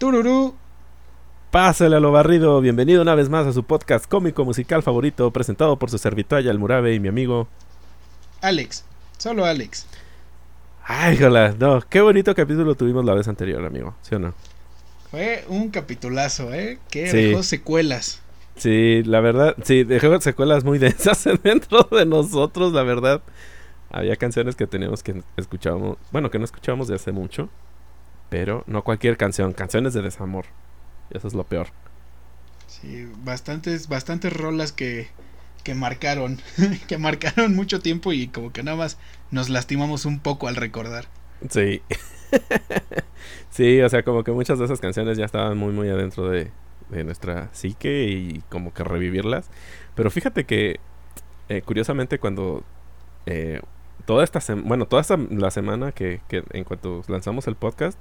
Tururú. Pásale a lo barrido, bienvenido una vez más a su podcast cómico musical favorito, presentado por su servitoalla El Murabe y mi amigo Alex, solo Alex. Ay, jola, no, qué bonito capítulo tuvimos la vez anterior, amigo, ¿sí o no? Fue un capitulazo, que sí. Dejó secuelas. Sí, la verdad, sí, dejó secuelas muy densas dentro de nosotros, la verdad. Había canciones que teníamos que escuchábamos, bueno, que no escuchábamos de hace mucho, pero no cualquier canción, canciones de desamor. Y eso es lo peor. Sí, bastantes rolas que marcaron, que marcaron mucho tiempo y como que nada más nos lastimamos un poco al recordar. Sí. Sí, o sea, como que muchas de esas canciones ya estaban muy adentro de nuestra psique y como que revivirlas. Pero fíjate que, curiosamente, cuando toda la semana que en cuanto lanzamos el podcast,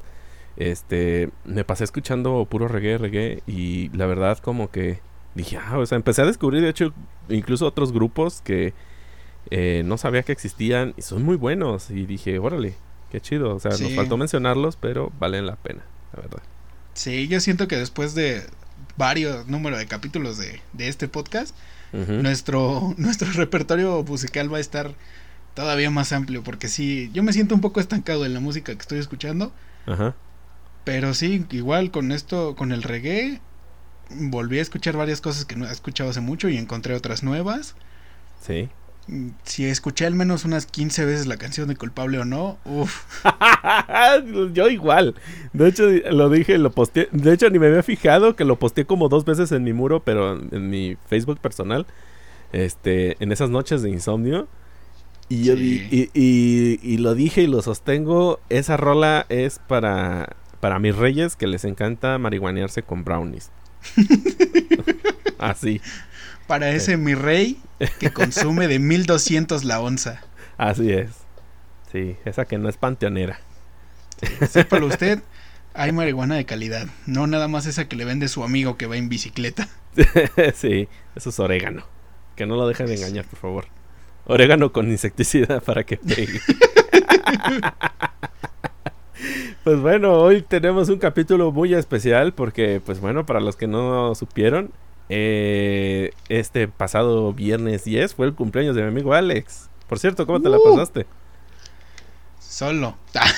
me pasé escuchando puro reggae y la verdad como que dije, o sea, empecé a descubrir de hecho incluso otros grupos que no sabía que existían y son muy buenos y dije, órale, qué chido, o sea, sí. Nos faltó mencionarlos, pero valen la pena, la verdad. Sí, yo siento que después de varios números de capítulos de este podcast, nuestro repertorio musical va a estar todavía más amplio, porque sí, yo me siento un poco estancado en la música que estoy escuchando. Ajá. Pero sí, igual con esto, con el reggae, volví a escuchar varias cosas que no he escuchado hace mucho y encontré otras nuevas. Sí. Si escuché al menos unas 15 veces la canción de Culpable o No, uff. Yo igual. De hecho, lo dije, lo posteé. De hecho, ni me había fijado que lo posteé como 2 veces en mi muro, pero en mi Facebook personal. En esas noches de insomnio. Y yo y lo dije y lo sostengo. Esa rola es para mis reyes que les encanta marihuanearse con brownies. Así. Para ese mi rey que consume de 1200 la onza. Así es. Sí, esa que no es panteonera. Sí, sépalo usted, hay marihuana de calidad. No nada más esa que le vende su amigo que va en bicicleta. Sí, eso es orégano. Que no lo dejen de engañar, por favor. Orégano con insecticida para que pegue. Pues bueno, hoy tenemos un capítulo muy especial porque, pues bueno, para los que no supieron, este pasado viernes 10 fue el cumpleaños de mi amigo Alex. Por cierto, ¿cómo te la pasaste? Solo.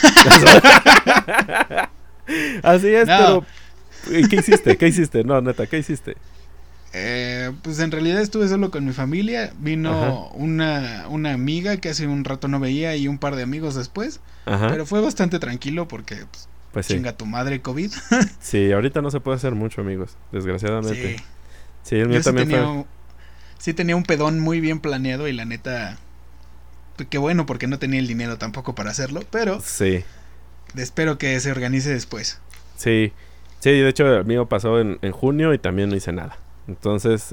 Así es, no. Pero ¿Qué hiciste? No, neta, ¿qué hiciste? Pues en realidad estuve solo con mi familia. Vino una amiga que hace un rato no veía y un par de amigos después. Ajá. Pero fue bastante tranquilo porque pues chinga tu madre COVID. Sí, ahorita no se puede hacer mucho, amigos, desgraciadamente. Sí, el mío también sí tenía un pedón muy bien planeado y la neta, qué bueno porque no tenía el dinero tampoco para hacerlo, pero sí, espero que se organice después. Sí, de hecho el mío pasó en junio y también no hice nada. Entonces,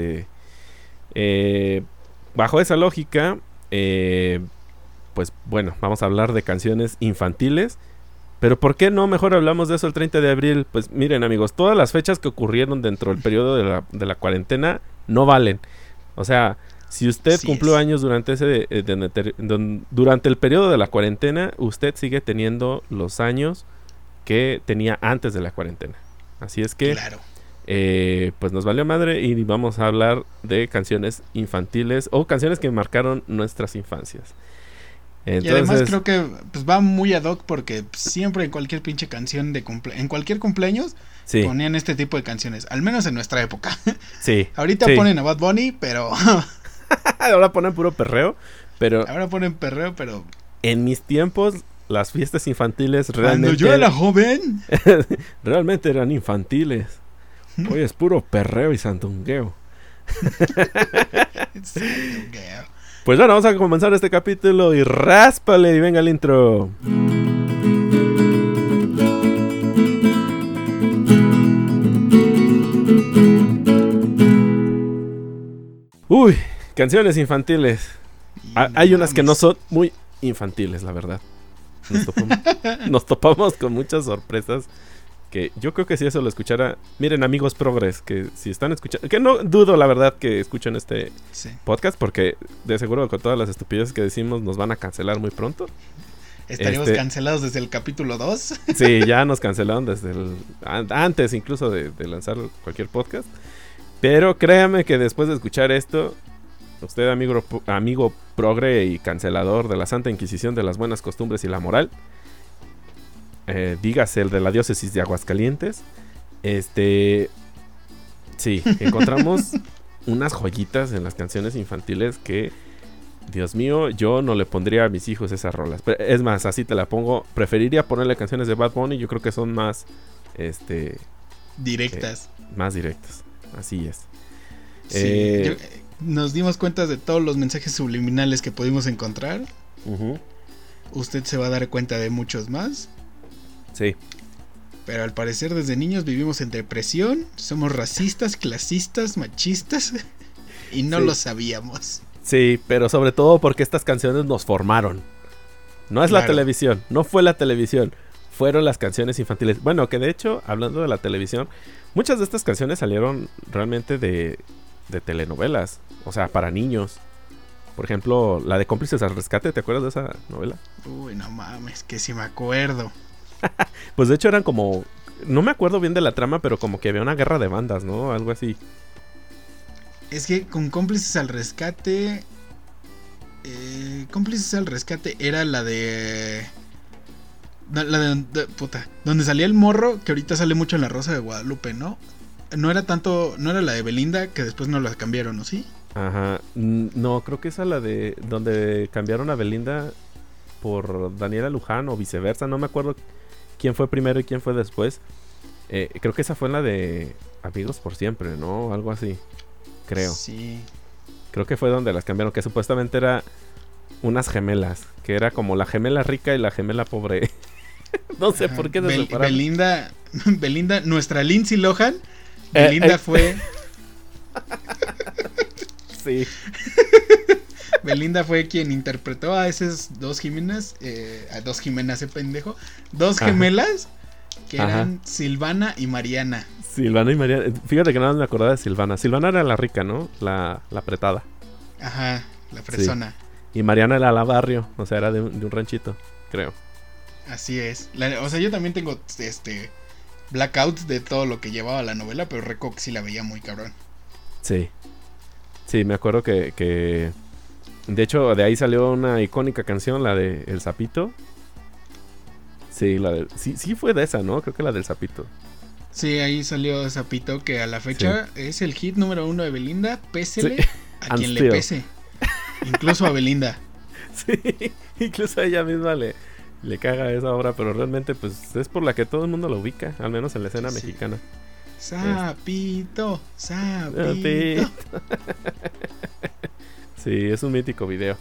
bajo esa lógica, pues bueno, vamos a hablar de canciones infantiles. Pero ¿por qué no mejor hablamos de eso el 30 de abril? Pues miren, amigos, todas las fechas que ocurrieron dentro del periodo de la cuarentena no valen. O sea, si usted cumplió años durante durante el periodo de la cuarentena, usted sigue teniendo los años que tenía antes de la cuarentena. Así es que claro. Pues nos valió madre y vamos a hablar de canciones infantiles o canciones que marcaron nuestras infancias. Entonces, y además creo que pues va muy ad hoc porque siempre en cualquier pinche canción en cualquier cumpleaños ponían este tipo de canciones, al menos en nuestra época. Sí. Ahorita ponen a Bad Bunny, pero ahora ponen puro perreo, pero ahora ponen perreo, pero en mis tiempos las fiestas infantiles realmente cuando yo era joven realmente eran infantiles. Hoy es puro perreo y sandungueo. Pues bueno, vamos a comenzar este capítulo y ráspale y venga el intro. Uy, canciones infantiles. Hay unas que no son muy infantiles, la verdad. Nos topamos con muchas sorpresas. Que yo creo que si eso lo escuchara, miren, amigos progres, que si están escuchando, que no dudo la verdad que escuchen este podcast, porque de seguro con todas las estupideces que decimos nos van a cancelar muy pronto. Estaríamos cancelados desde el capítulo 2. Sí, ya nos cancelaron desde antes incluso de lanzar cualquier podcast. Pero créame que después de escuchar esto, usted, amigo progre y cancelador de la Santa Inquisición de las buenas costumbres y la moral, dígase el de la diócesis de Aguascalientes, sí, encontramos unas joyitas en las canciones infantiles que, Dios mío, yo no le pondría a mis hijos esas rolas. Pero, es más, así te la pongo. Preferiría ponerle canciones de Bad Bunny. Yo creo que son más, directas. Más directas. Así es. Sí, nos dimos cuenta de todos los mensajes subliminales que pudimos encontrar. Usted se va a dar cuenta de muchos más. Sí. Pero al parecer desde niños vivimos en depresión. Somos racistas, clasistas, machistas. Y no lo sabíamos. Sí, pero sobre todo porque estas canciones nos formaron. No es la televisión, no fue la televisión, fueron las canciones infantiles. Bueno, que de hecho, hablando de la televisión, muchas de estas canciones salieron realmente de telenovelas, o sea, para niños. Por ejemplo, la de Cómplices al Rescate, ¿te acuerdas de esa novela? Uy, no mames, que sí me acuerdo. Pues de hecho eran como, no me acuerdo bien de la trama, pero como que había una guerra de bandas, ¿no? Algo así. Es que con Cómplices al Rescate... Cómplices al Rescate era la de... puta, donde salía el morro, que ahorita sale mucho en La Rosa de Guadalupe, ¿no? No era la de Belinda, que después no la cambiaron, ¿o sí? Ajá, no, creo que esa es la de... donde cambiaron a Belinda por Daniela Luján o viceversa, no me acuerdo quién fue primero y quién fue después. Creo que esa fue la de Amigos por Siempre, ¿no? Algo así. Creo. Sí. Creo que fue donde las cambiaron, que supuestamente era unas gemelas, que era como la gemela rica y la gemela pobre. No sé por qué se separaron. Belinda, nuestra Lindsay Lohan. Belinda fue... Sí. Belinda fue quien interpretó a esas dos Jimenas, pendejo. Dos gemelas que eran Silvana y Mariana. Silvana y Mariana. Fíjate que nada más me acordaba de Silvana. Silvana era la rica, ¿no? La apretada. Ajá, la fresona. Sí. Y Mariana era la barrio, o sea, era de un ranchito, creo. Así es. O sea, yo también tengo blackouts de todo lo que llevaba la novela, pero recuerdo que sí la veía muy cabrón. Sí. Sí, me acuerdo que de hecho, de ahí salió una icónica canción, la de El Sapito. Sí, sí fue de esa, ¿no? Creo que la del Sapito. Sí, ahí salió Sapito, que a la fecha es el hit número 1 de Belinda. Pésele a quien le pese. Incluso a Belinda. Sí, incluso a ella misma le caga esa obra, pero realmente pues es por la que todo el mundo la ubica, al menos en la escena mexicana. Sapito. Sí, es un mítico video.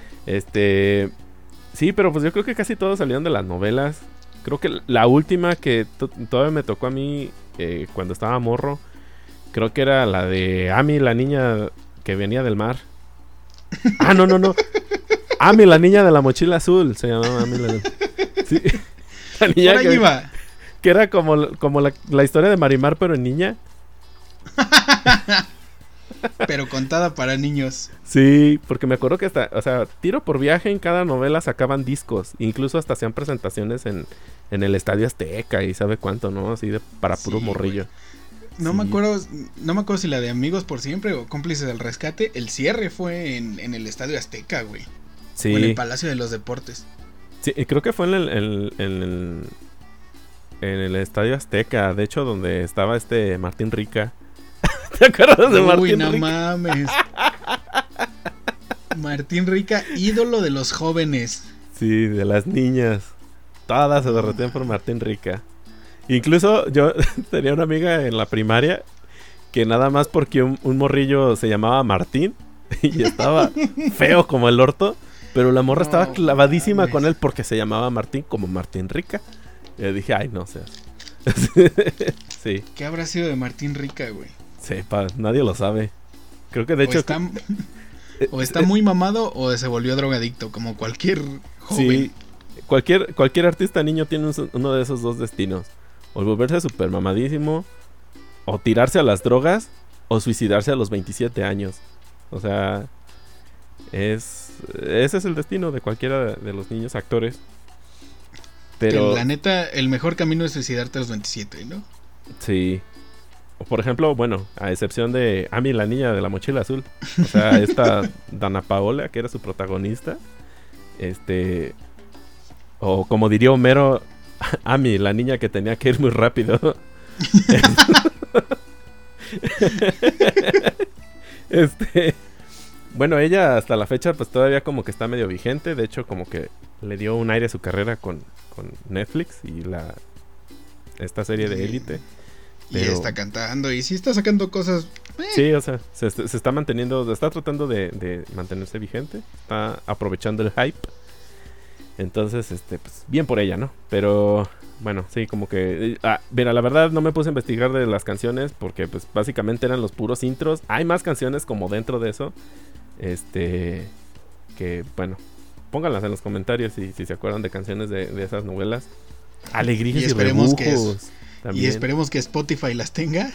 Sí, pero pues yo creo que casi todos salieron de las novelas. Creo que la última que todavía me tocó a mí cuando estaba morro, creo que era la de Amy, la niña que venía del mar. Ah, no. Amy, la niña de la mochila azul. Se llamaba Amy. Sí. La niña que era como la historia de Marimar, pero en niña. Pero contada para niños. Sí, porque me acuerdo que hasta, o sea, tiro por viaje, en cada novela sacaban discos. Incluso hasta hacían presentaciones en el Estadio Azteca y sabe cuánto, ¿no? Así para puro morrillo. No me acuerdo si la de Amigos por Siempre o Cómplices del Rescate. El cierre fue en el Estadio Azteca, güey. Sí. O en el Palacio de los Deportes. Sí, creo que fue en el Estadio Azteca. De hecho, donde estaba Martín Rica. ¿Te acuerdas de Martín Rica? Uy, no mames. Martín Rica, ídolo de los jóvenes. Sí, de las niñas. Todas se derretían por Martín Rica. Incluso yo tenía una amiga en la primaria que nada más porque un morrillo se llamaba Martín y estaba feo como el orto, pero la morra estaba clavadísima con él porque se llamaba Martín, como Martín Rica. Y le dije, ay, no seas. Sí. ¿Qué habrá sido de Martín Rica, güey? Sepa, nadie lo sabe. Creo que de hecho... O está muy mamado o se volvió drogadicto, como cualquier joven. Sí, cualquier artista niño tiene uno de esos dos destinos. O volverse súper mamadísimo, o tirarse a las drogas, o suicidarse a los 27 años. O sea, ese es el destino de cualquiera de los niños actores. Pero que la neta, el mejor camino es suicidarte a los 27, ¿no? sí. O por ejemplo, bueno, a excepción de Amy, la niña de la mochila azul. O sea, esta Dana Paola, que era su protagonista. O como diría Homero, Amy, la niña que tenía que ir muy rápido. Bueno, ella hasta la fecha pues todavía como que está medio vigente. De hecho, como que le dio un aire a su carrera con Netflix y esta serie de Élite. Y está cantando y sí está sacando cosas. Sí, o sea, se está manteniendo, está tratando de mantenerse vigente. Está aprovechando el hype. Entonces, pues bien por ella, ¿no? Pero bueno, sí, como que mira, la verdad no me puse a investigar de las canciones porque pues básicamente eran los puros intros. Hay más canciones como dentro de eso. Que bueno, pónganlas en los comentarios si se acuerdan de canciones de esas novelas. Alegrías y esperemos rebujos. Y esperemos que Spotify las tenga.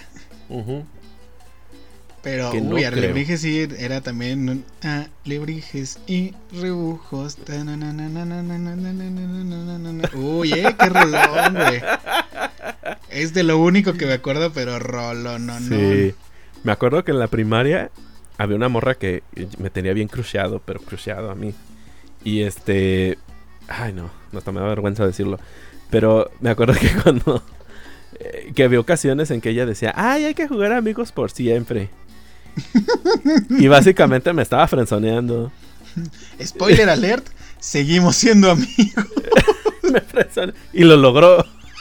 Pero, que no Alebrijes sí era también Alebrijes y rebujos. Uy, qué rolón, güey. Es de lo único que me acuerdo, pero rolón, no. Sí, me acuerdo que en la primaria había una morra que me tenía bien crushado, pero crushado a mí. Y ay no, hasta me da vergüenza decirlo. Pero me acuerdo que cuando que había ocasiones en que ella decía, ay, hay que jugar amigos por siempre. Y básicamente me estaba frenzoneando. Spoiler alert, seguimos siendo amigos. Me frenzoneó y lo logró.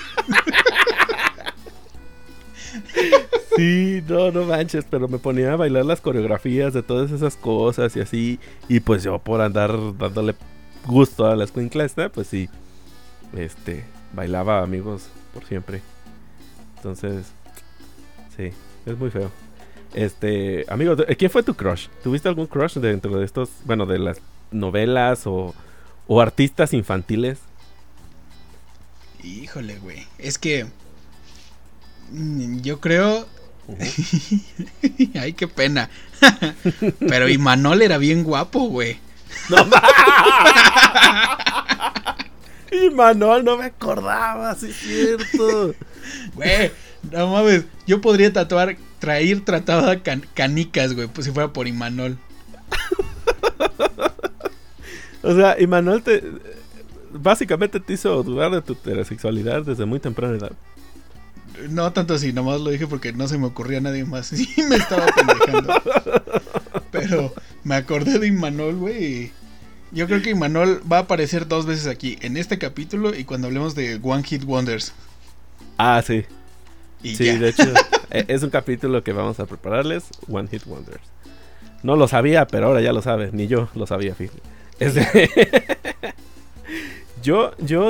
Sí, no manches, pero me ponía a bailar las coreografías de todas esas cosas y así. Y pues yo por andar dándole gusto a la escuincla esta, pues sí, bailaba amigos por siempre. Entonces, sí, es muy feo. Amigo, ¿quién fue tu crush? ¿Tuviste algún crush dentro de estos, bueno, de las novelas o artistas infantiles? Híjole, güey. Es que yo creo... Ay, qué pena. Pero Imanol era bien guapo, güey. No, Imanol, no me acordaba, sí es cierto. Güey, no mames. Yo podría traer tratada canicas, güey, pues si fuera por Imanol. O sea, Imanol básicamente te hizo dudar de tu heterosexualidad desde muy temprana edad. No tanto así, nomás lo dije porque no se me ocurría a nadie más. Sí, me estaba pendejando. Pero me acordé de Imanol, güey. Y yo creo que Imanol va a aparecer 2 veces aquí, en este capítulo y cuando hablemos de One Hit Wonders. Ah, sí. Y sí, ya. De hecho, es un capítulo que vamos a prepararles, One Hit Wonders. No lo sabía, pero ahora ya lo sabes. Ni yo lo sabía, fíjate. Yo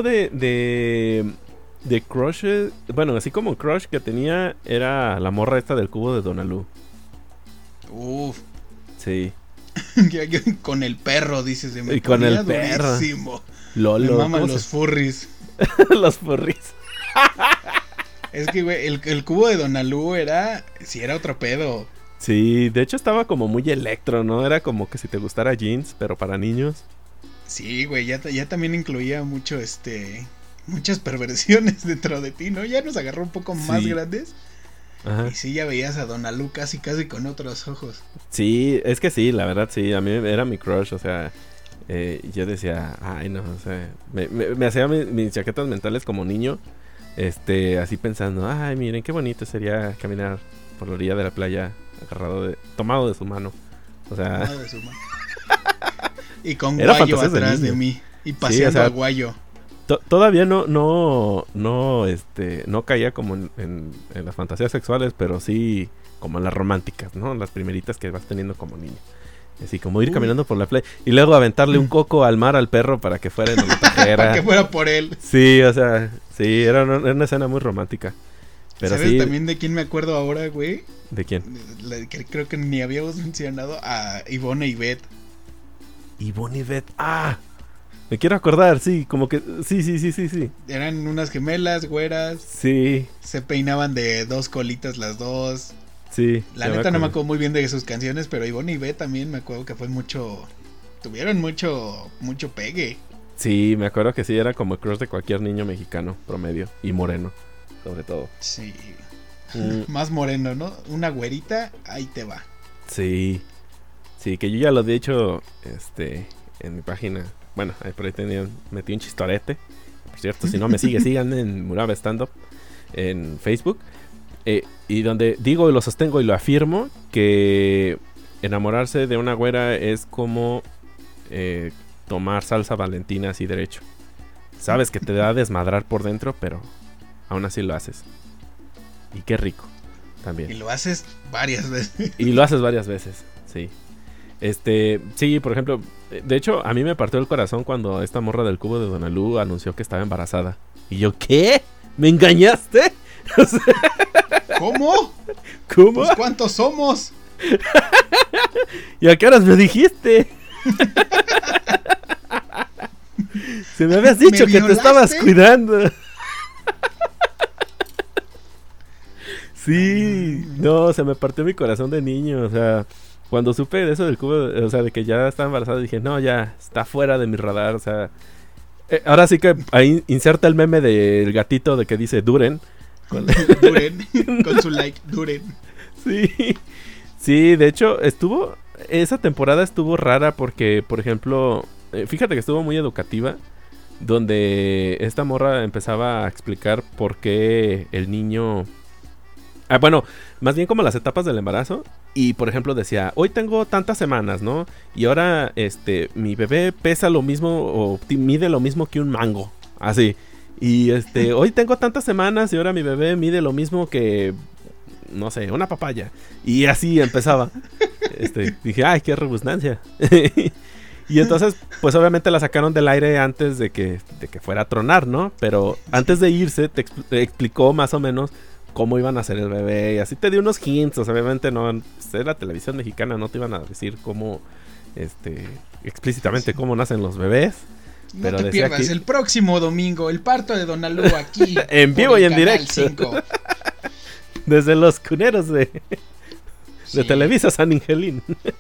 de crushes, bueno, así como crush que tenía era la morra esta del cubo de Donalu. Uf. Sí. Con el perro, dices. Y con el perro. Durísimo. Lolo. Me maman los furries. Los furries. Es que, güey, el cubo de Donalu sí era otro pedo. Sí, de hecho estaba como muy electro, ¿no? Era como que si te gustara jeans, pero para niños. Sí, güey, ya también incluía mucho, muchas perversiones dentro de ti, ¿no? Ya nos agarró un poco más grandes. Ajá. Y sí, ya veías a Donalu casi con otros ojos. Sí, es que sí, la verdad sí, a mí era mi crush, o sea, yo decía, ay no, o sea, me hacía mis chaquetas mentales como niño, así pensando, ay miren qué bonito sería caminar por la orilla de la playa tomado de su mano, o sea. Tomado de su mano. Y con Guayo atrás de mí, y paseando, sí, o sea, a Guayo. Todavía no caía como en las fantasías sexuales, pero sí como en las románticas, ¿no? Las primeritas que vas teniendo como niño. Así como ir caminando por la playa y luego aventarle un coco al mar al perro para que fuera en la tajera. Para que fuera por él. Sí, o sea, sí, era una escena muy romántica. Pero ¿sabes sí, también de quién me acuerdo ahora, güey? ¿de quién? Que creo que ni habíamos mencionado, a Ivonne y Beth. Ivonne y Beth, me quiero acordar, sí, como que, sí. Eran unas gemelas, güeras. Sí. Se peinaban de 2 colitas las dos. Sí. La neta no me acuerdo muy bien de sus canciones, pero Ivonne y Beth también me acuerdo que fue tuvieron mucho pegue. Sí, me acuerdo que sí, era como el crush de cualquier niño mexicano promedio. Y moreno, sobre todo. Sí. Más moreno, ¿no? Una güerita, ahí te va. Sí. Sí, que yo ya lo he dicho en mi página. Bueno, ahí por ahí metí un chistorete. Por cierto, si no me sigan en Muraba Stand Up en Facebook. Y donde digo y lo sostengo y lo afirmo que enamorarse de una güera es como tomar salsa Valentina así derecho. Sabes que te da a desmadrar por dentro, pero aún así lo haces. Y qué rico también. Y lo haces varias veces. Y lo haces varias veces, sí. Sí, por ejemplo, de hecho, a mí me partió el corazón cuando esta morra del cubo de Donalú anunció que estaba embarazada. Y yo, ¿qué? ¿Me engañaste? ¿Cómo? ¿Cómo? Pues, ¿cuántos somos? ¿Y a qué horas me dijiste? Se me habías dicho que te estabas cuidando. Sí, no, se me partió mi corazón de niño, o sea, cuando supe de eso del cubo, o sea, de que ya estaba embarazada, dije, no, ya, está fuera de mi radar, o sea, ahora sí que ahí inserta el meme del gatito de que dice Duren. Duren, con su like, Duren. Sí, de hecho, esa temporada estuvo rara porque, por ejemplo, fíjate que estuvo muy educativa, donde esta morra empezaba a explicar por qué el niño... bueno, más bien como las etapas del embarazo. Y por ejemplo decía, hoy tengo tantas semanas, ¿no? Y ahora mi bebé pesa lo mismo o mide lo mismo que un mango. Así. Y hoy tengo tantas semanas y ahora mi bebé mide lo mismo que, no sé, una papaya. Y así empezaba. Dije, ay, qué rebusnancia. Y entonces, pues obviamente la sacaron del aire antes de que fuera a tronar, ¿no? Pero antes de irse te explicó más o menos cómo iban a hacer el bebé y así te dio unos hints. Obviamente no, es la televisión mexicana, no te iban a decir cómo, explícitamente cómo nacen los bebés. No pero te pierdas aquí, el próximo domingo, el parto de Donalú aquí. En vivo y en directo. 5. Desde los cuneros de Televisa San Ingelín.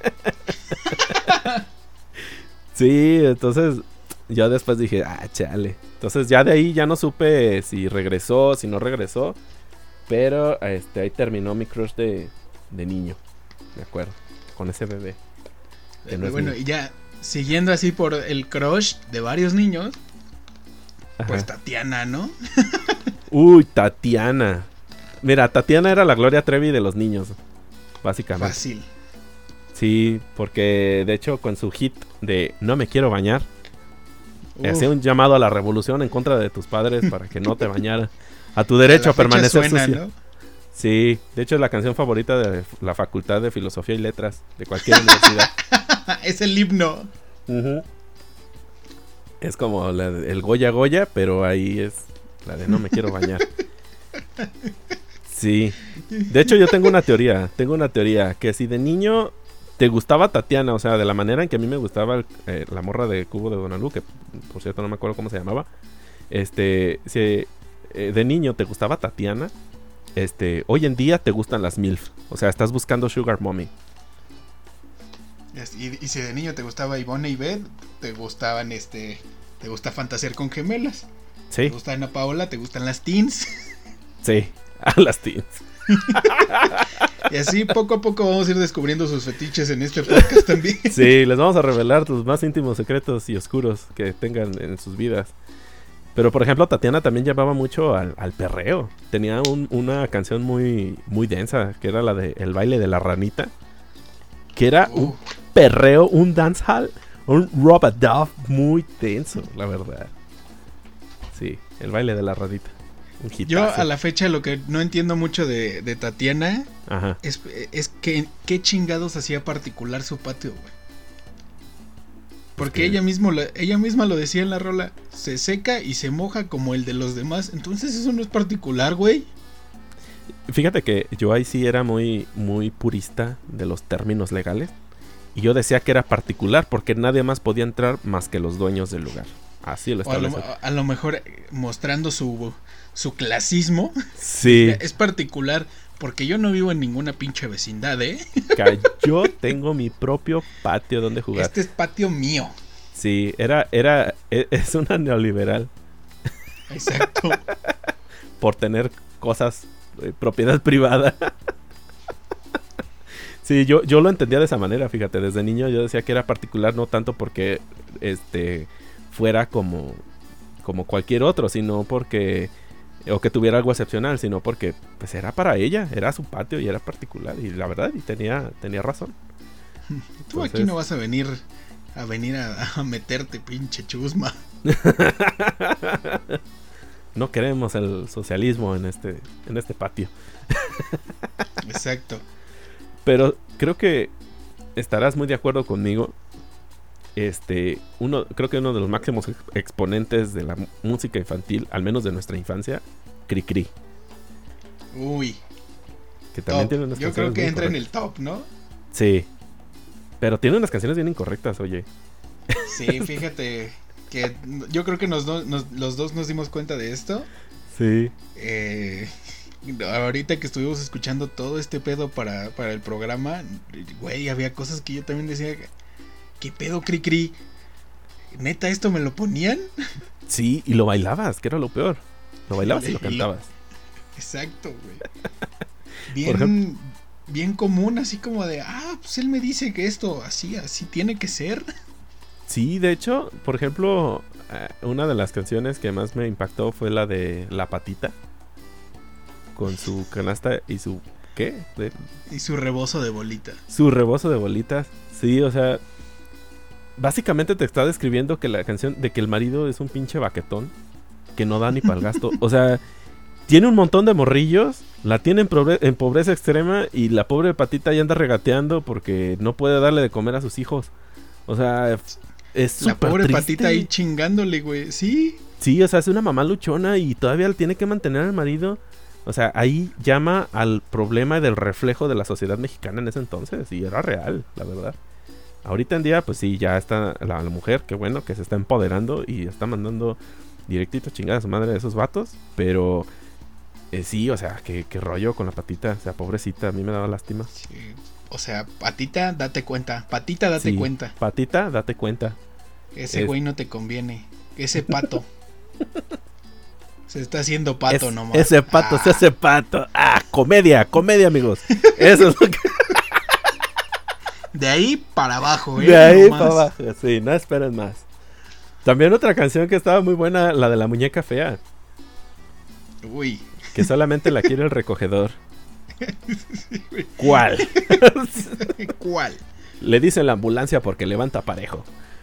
Sí, entonces yo después dije, chale. Entonces ya de ahí ya no supe si regresó, si no regresó. Pero ahí terminó mi crush de niño, me acuerdo, con ese bebé. Bueno, y ya siguiendo así por el crush de varios niños, pues Tatiana, ¿no? Uy, Tatiana. Mira, Tatiana era la Gloria Trevi de los niños, básicamente. Fácil. Sí, porque de hecho con su hit de No me quiero bañar, hacía un llamado a la revolución en contra de tus padres para que no te bañaran. A tu derecho a permanecer sucia. ¿No? Sí, de hecho es la canción favorita de la Facultad de Filosofía y Letras de cualquier universidad. Es el himno. Es como el Goya Goya, pero ahí es la de No me quiero bañar. Sí. De hecho yo tengo una teoría, que si de niño te gustaba Tatiana, o sea, de la manera en que a mí me gustaba la morra de Cubo de Donalú, que por cierto no me acuerdo cómo se llamaba. Si de niño te gustaba Tatiana, hoy en día te gustan las MILF. O sea, estás buscando Sugar Mommy. Y si de niño te gustaba Ivonne y Beth, te gustaban te gusta fantasear con gemelas. Sí. Te gusta Ana Paola, te gustan las teens. Sí, a las teens. Y así poco a poco vamos a ir descubriendo sus fetiches en este podcast también. Sí, les vamos a revelar tus más íntimos secretos y oscuros que tengan en sus vidas. Pero por ejemplo Tatiana también llamaba mucho al perreo. Tenía una canción muy, muy densa, que era la de El baile de la ranita, que era un perreo, un dancehall, un rub-a-dub muy denso, la verdad. Sí, El baile de la ranita. Un hitazo. Yo a la fecha lo que no entiendo mucho de Tatiana es que qué chingados hacía particular su patio, güey. Porque ella misma lo decía en la rola, se seca y se moja como el de los demás. Entonces eso no es particular, güey. Fíjate que yo ahí sí era muy, muy purista de los términos legales. Y yo decía que era particular porque nadie más podía entrar más que los dueños del lugar. Así lo establecía. A lo mejor mostrando su clasismo. Sí. Es particular porque yo no vivo en ninguna pinche vecindad, ¿eh? Yo tengo mi propio patio donde jugar. Este es patio mío. Sí, es una neoliberal. Exacto. Por tener cosas, propiedad privada. Sí, yo lo entendía de esa manera, fíjate. Desde niño yo decía que era particular, no tanto porque fuera como cualquier otro, sino porque, o que tuviera algo excepcional, sino porque pues era para ella, era su patio y era particular. Y la verdad, y tenía razón. Tú aquí no vas a venir a meterte, pinche chusma. No queremos el socialismo en este patio. Exacto. Pero creo que estarás muy de acuerdo conmigo. Creo que uno de los máximos exponentes de la música infantil, al menos de nuestra infancia, Cricri. Uy. Que también tiene unas Yo creo que entra en el top, ¿no? Sí. Pero tiene unas canciones bien incorrectas, oye. Sí, fíjate que yo creo que los dos nos dimos cuenta de esto. Sí. Ahorita que estuvimos escuchando todo este pedo para el programa, güey, había cosas que yo también decía, ¿qué pedo, Cricri? ¿Neta esto me lo ponían? Sí, y lo bailabas, que era lo peor. Lo bailabas y lo cantabas. Exacto, güey. Bien común, así como de, pues él me dice que esto así tiene que ser. Sí, de hecho, por ejemplo, una de las canciones que más me impactó fue la de La Patita. Con su canasta y su... ¿qué? Y su rebozo de bolitas. Su rebozo de bolitas. Sí, o sea... Básicamente te está describiendo que la canción de que el marido es un pinche baquetón. Que no da ni para el gasto. O sea, tiene un montón de morrillos. La tiene en pobreza extrema. Y la pobre Patita ya anda regateando porque no puede darle de comer a sus hijos. O sea, es súper la pobre triste. Patita ahí chingándole, güey. Sí. Sí, o sea, es una mamá luchona y todavía tiene que mantener al marido. O sea, ahí llama al problema del reflejo de la sociedad mexicana en ese entonces. Y era real, la verdad. Ahorita en día, pues sí, ya está la mujer, qué bueno, que se está empoderando y está mandando directito chingada a su madre de esos vatos. Pero sí, o sea, qué rollo con la Patita. O sea, pobrecita, a mí me daba lástima. Sí. O sea, Patita, date cuenta. Patita, date cuenta. Patita, date cuenta. Ese güey no te conviene. Ese pato. Se está haciendo pato nomás. Ese pato, se hace pato. Comedia, amigos. Eso es lo que... De ahí para abajo, De ahí para abajo, sí, no esperen más. También otra canción que estaba muy buena, la de la muñeca fea. Uy. Que solamente la quiere el recogedor. ¿Cuál? ¿Cuál? Le dicen la ambulancia porque levanta parejo.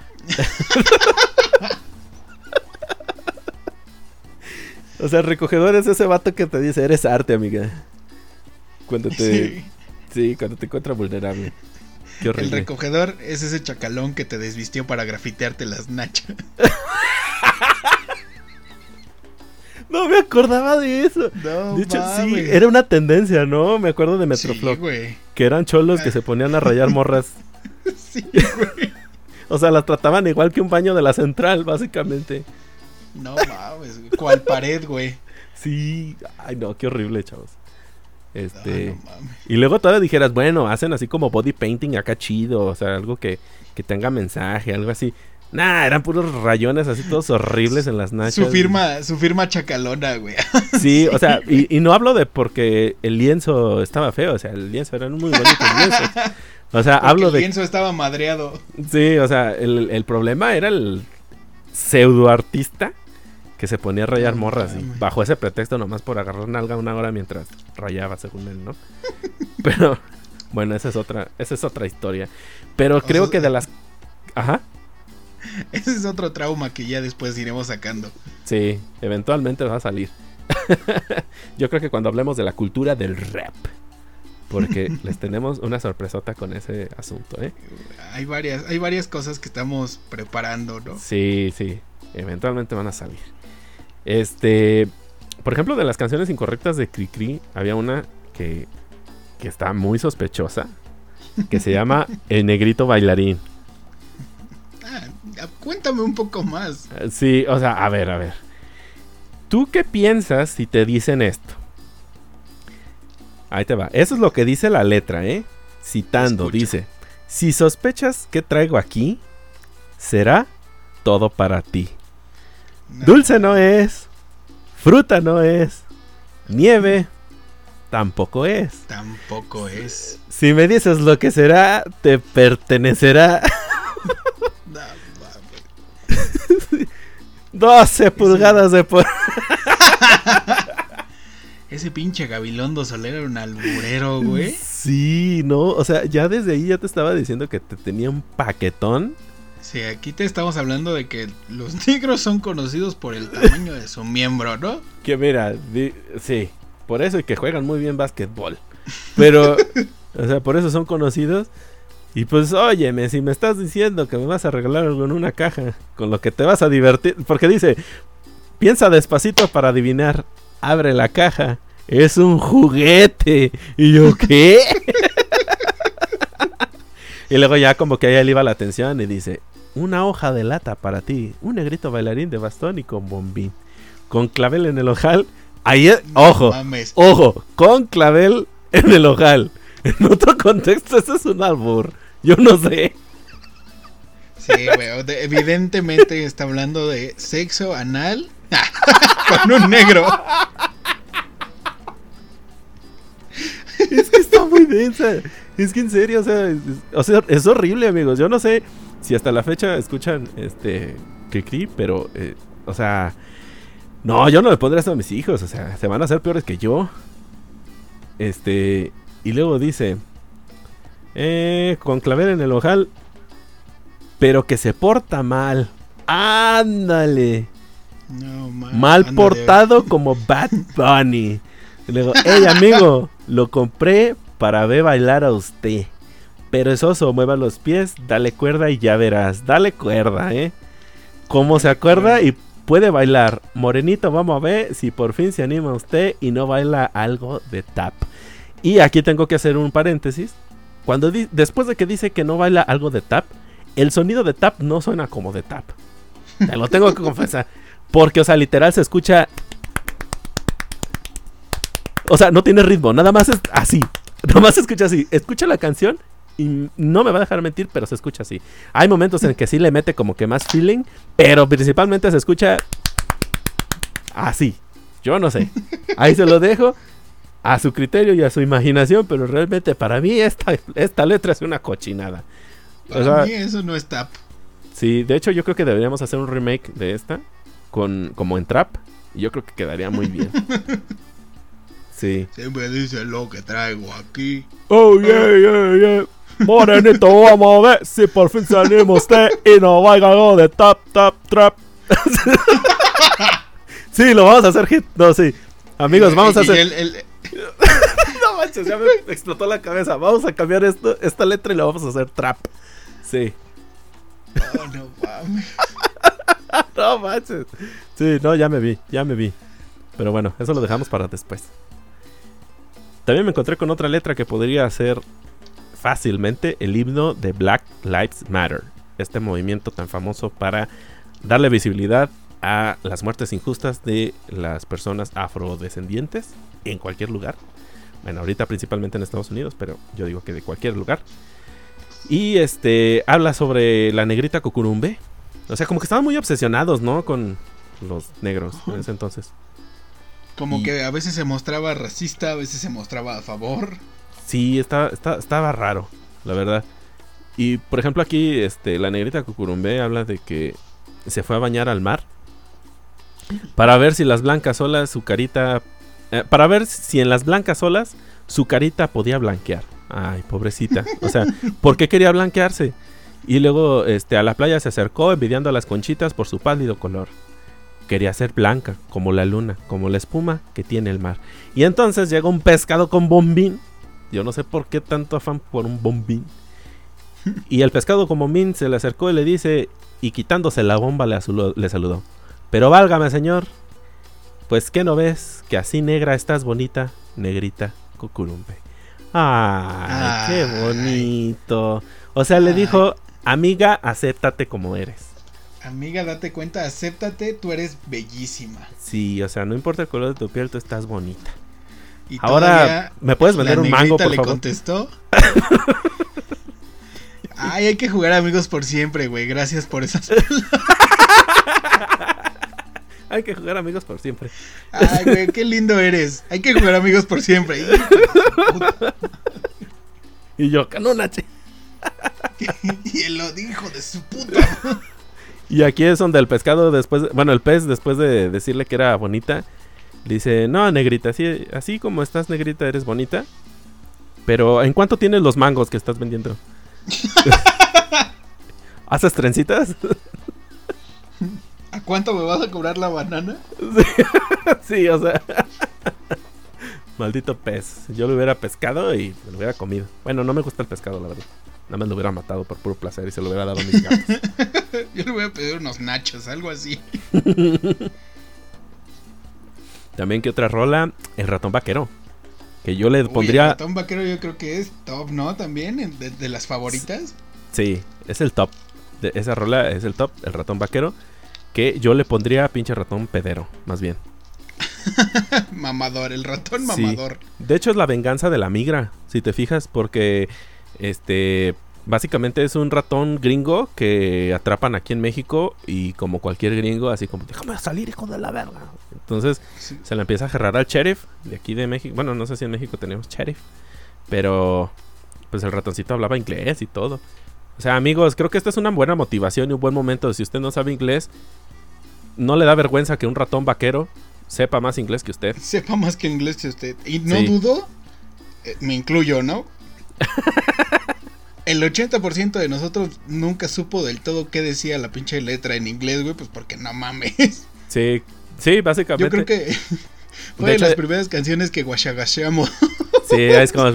O sea, el recogedor es ese vato que te dice, eres arte, amiga. Cuando te... Sí, cuando te encuentra vulnerable. Qué horrible. El recogedor es ese chacalón que te desvistió para grafitearte las nachas. No me acordaba de eso. No, de hecho, sí, era una tendencia, ¿no? Me acuerdo de Metroflog. Sí, güey. Que eran cholos que se ponían a rayar morras. Sí, güey. O sea, las trataban igual que un baño de la central, básicamente. No mames, cual pared, güey. Sí, ay no, qué horrible, chavos. No mames. Y luego todavía dijeras, bueno, hacen así como body painting acá chido, o sea, algo que tenga mensaje, algo así. Nah, eran puros rayones así todos horribles en las nachas. Su firma chacalona, güey. Sí, o sea, y no hablo de porque el lienzo estaba feo, o sea, el lienzo eran muy bonitos lienzos. O sea, porque hablo el de... lienzo estaba madreado. Sí, o sea, el problema era el pseudoartista que se ponía a rayar morras y bajo ese pretexto nomás por agarrar nalga una hora mientras rayaba, según él, ¿no? Pero, bueno, esa es otra historia. Pero creo que de las... Ajá. Ese es otro trauma que ya después iremos sacando. Sí, eventualmente va a salir. Yo creo que cuando hablemos de la cultura del rap, porque les tenemos una sorpresota con ese asunto, ¿eh? Hay varias cosas que estamos preparando, ¿no? Sí, eventualmente van a salir. Por ejemplo, de las canciones incorrectas de Cricri, había una que está muy sospechosa, que se llama El Negrito Bailarín. Cuéntame un poco más. Sí, o sea, a ver. ¿Tú qué piensas si te dicen esto? Ahí te va. Eso es lo que dice la letra, ¿eh? Citando, dice: si sospechas que traigo aquí, será todo para ti. No. Dulce no es, fruta no es, nieve tampoco es. Tampoco es. Si me dices lo que será, te pertenecerá. No, mames. 12 pulgadas de por... Ese pinche Gabilondo Soler era un alburero, güey. Sí, no, o sea, ya desde ahí ya te estaba diciendo que te tenía un paquetón. Sí, aquí te estamos hablando de que los negros son conocidos por el tamaño de su miembro, ¿no? Que mira, sí, por eso y que juegan muy bien básquetbol. Pero, o sea, por eso son conocidos. Y pues, óyeme, si me estás diciendo que me vas a regalar algo en una caja con lo que te vas a divertir, porque dice, piensa despacito para adivinar, abre la caja, es un juguete. Y yo, ¿qué? Y luego ya como que a ella le iba la atención y dice, una hoja de lata para ti, un negrito bailarín de bastón y con bombín, con clavel en el ojal. Ahí, ojo, Mames. ojo, con clavel en el ojal. En otro contexto eso es un albur. Yo no sé. Sí, güey, evidentemente está hablando de sexo anal con un negro. Es que está muy densa. Es que en serio, o sea, es horrible, amigos. Yo no sé si hasta la fecha escuchan Cricri, pero o sea, no, yo no le pondré esto a mis hijos, o sea, se van a hacer peores que yo. Y luego dice, con clavel en el ojal, pero que se porta mal. Ándale. No, Mal portado como Bad Bunny. Y luego, hey amigo, lo compré para ver bailar a usted. Pero es oso, mueva los pies, dale cuerda y ya verás. Dale cuerda, Como se acuerda y puede bailar. Morenito, vamos a ver si por fin se anima usted y no baila algo de tap. Y aquí tengo que hacer un paréntesis. Después de que dice que no baila algo de tap, el sonido de tap no suena como de tap. Te lo tengo que confesar. Porque, o sea, literal se escucha... O sea, no tiene ritmo, nada más es así. Nada más se escucha así. Escucha la canción y no me va a dejar mentir, pero se escucha así. Hay momentos en que sí le mete como que más feeling, pero principalmente se escucha así. Yo no sé. Ahí se lo dejo a su criterio y a su imaginación, pero realmente para mí esta letra es una cochinada. Para mí eso no es tap. Sí, de hecho yo creo que deberíamos hacer un remake de esta como en trap, y yo creo que quedaría muy bien. Sí. Siempre dice lo que traigo aquí. Oh, yeah. Morenito, vamos a ver si por fin se anima usted y no vaya algo de tap, trap. Sí, lo vamos a hacer hit. No, sí. Amigos, vamos a hacer... No manches, ya me explotó la cabeza. Vamos a cambiar esta letra y la vamos a hacer trap. Sí. Oh, no mames. No manches. Sí, no, ya me vi. Pero bueno, eso lo dejamos para después. También me encontré con otra letra que podría ser fácilmente el himno de Black Lives Matter. Este movimiento tan famoso para darle visibilidad a las muertes injustas de las personas afrodescendientes en cualquier lugar. Bueno, ahorita principalmente en Estados Unidos, pero yo digo que de cualquier lugar. Y habla sobre la negrita Cucurumbe. O sea, como que estaban muy obsesionados, ¿no? Con los negros en ese entonces. Como que a veces se mostraba racista, a veces se mostraba a favor. Sí, estaba raro, la verdad. Y por ejemplo aquí la negrita Cucurumbe habla de que se fue a bañar al mar para ver si las blancas olas su carita... para ver si en las blancas olas su carita podía blanquear. Ay, pobrecita. O sea, ¿por qué quería blanquearse? Y luego a la playa se acercó envidiando a las conchitas por su pálido color. Quería ser blanca, como la luna, como la espuma que tiene el mar. Y entonces llega un pescado con bombín. Yo no sé por qué tanto afán por un bombín. Y el pescado con bombín se le acercó y le dice, y quitándose la bomba le saludó. Pero válgame, señor, pues ¿qué no ves? Que así negra estás bonita, negrita Cucurumbe. Ay, qué bonito. O sea, le dijo, amiga, acéptate como eres. Amiga, date cuenta, acéptate, tú eres bellísima. Sí, o sea, no importa el color de tu piel, tú estás bonita. Y ahora, ¿me puedes vender un mango, por le favor? Contestó. Ay, hay que jugar amigos por siempre, güey. Gracias por esas palabras. Hay que jugar amigos por siempre. Ay, güey, qué lindo eres. Hay que jugar amigos por siempre. Y yo, canonache. Y él lo dijo de su puta. Y aquí es donde el pescado el pez después de decirle que era bonita, le dice, no, negrita, así como estás, negrita, eres bonita. Pero, ¿en cuánto tienes los mangos que estás vendiendo? ¿Haces trencitas? ¿A cuánto me vas a cobrar la banana? Sí, o sea. Maldito pez. Yo lo hubiera pescado y me lo hubiera comido. Bueno, no me gusta el pescado, la verdad. Nada más lo hubiera matado por puro placer y se lo hubiera dado a mis gatos. Yo le voy a pedir unos nachos, algo así. También que otra rola, El ratón vaquero. Que yo le pondría... El ratón vaquero yo creo que es top, ¿no? También, de las favoritas. Sí, es el top. Esa rola es el top, El ratón vaquero. Que yo le pondría pinche ratón pedero, más bien. Mamador, el ratón mamador. Sí. De hecho es la venganza de la migra, si te fijas, porque básicamente es un ratón gringo que atrapan aquí en México y como cualquier gringo, así como, déjame salir, hijo de la verga. Entonces sí, se le empieza a agarrar al sheriff de aquí de México. Bueno, no sé si en México tenemos sheriff, pero pues el ratoncito hablaba inglés y todo. O sea, amigos, creo que esta es una buena motivación y un buen momento. Si usted no sabe inglés, no le da vergüenza que un ratón vaquero sepa más inglés que usted. Sepa más que inglés que usted. Y no dudo, me incluyo, ¿no? El 80% de nosotros nunca supo del todo qué decía la pinche letra en inglés, güey, pues porque no mames. Sí, básicamente. Yo creo que fue de las primeras canciones que guachagasheamos. Sí, es como...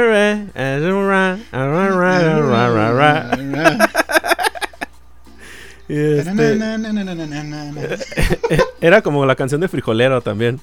Era como la canción de Frijolero también.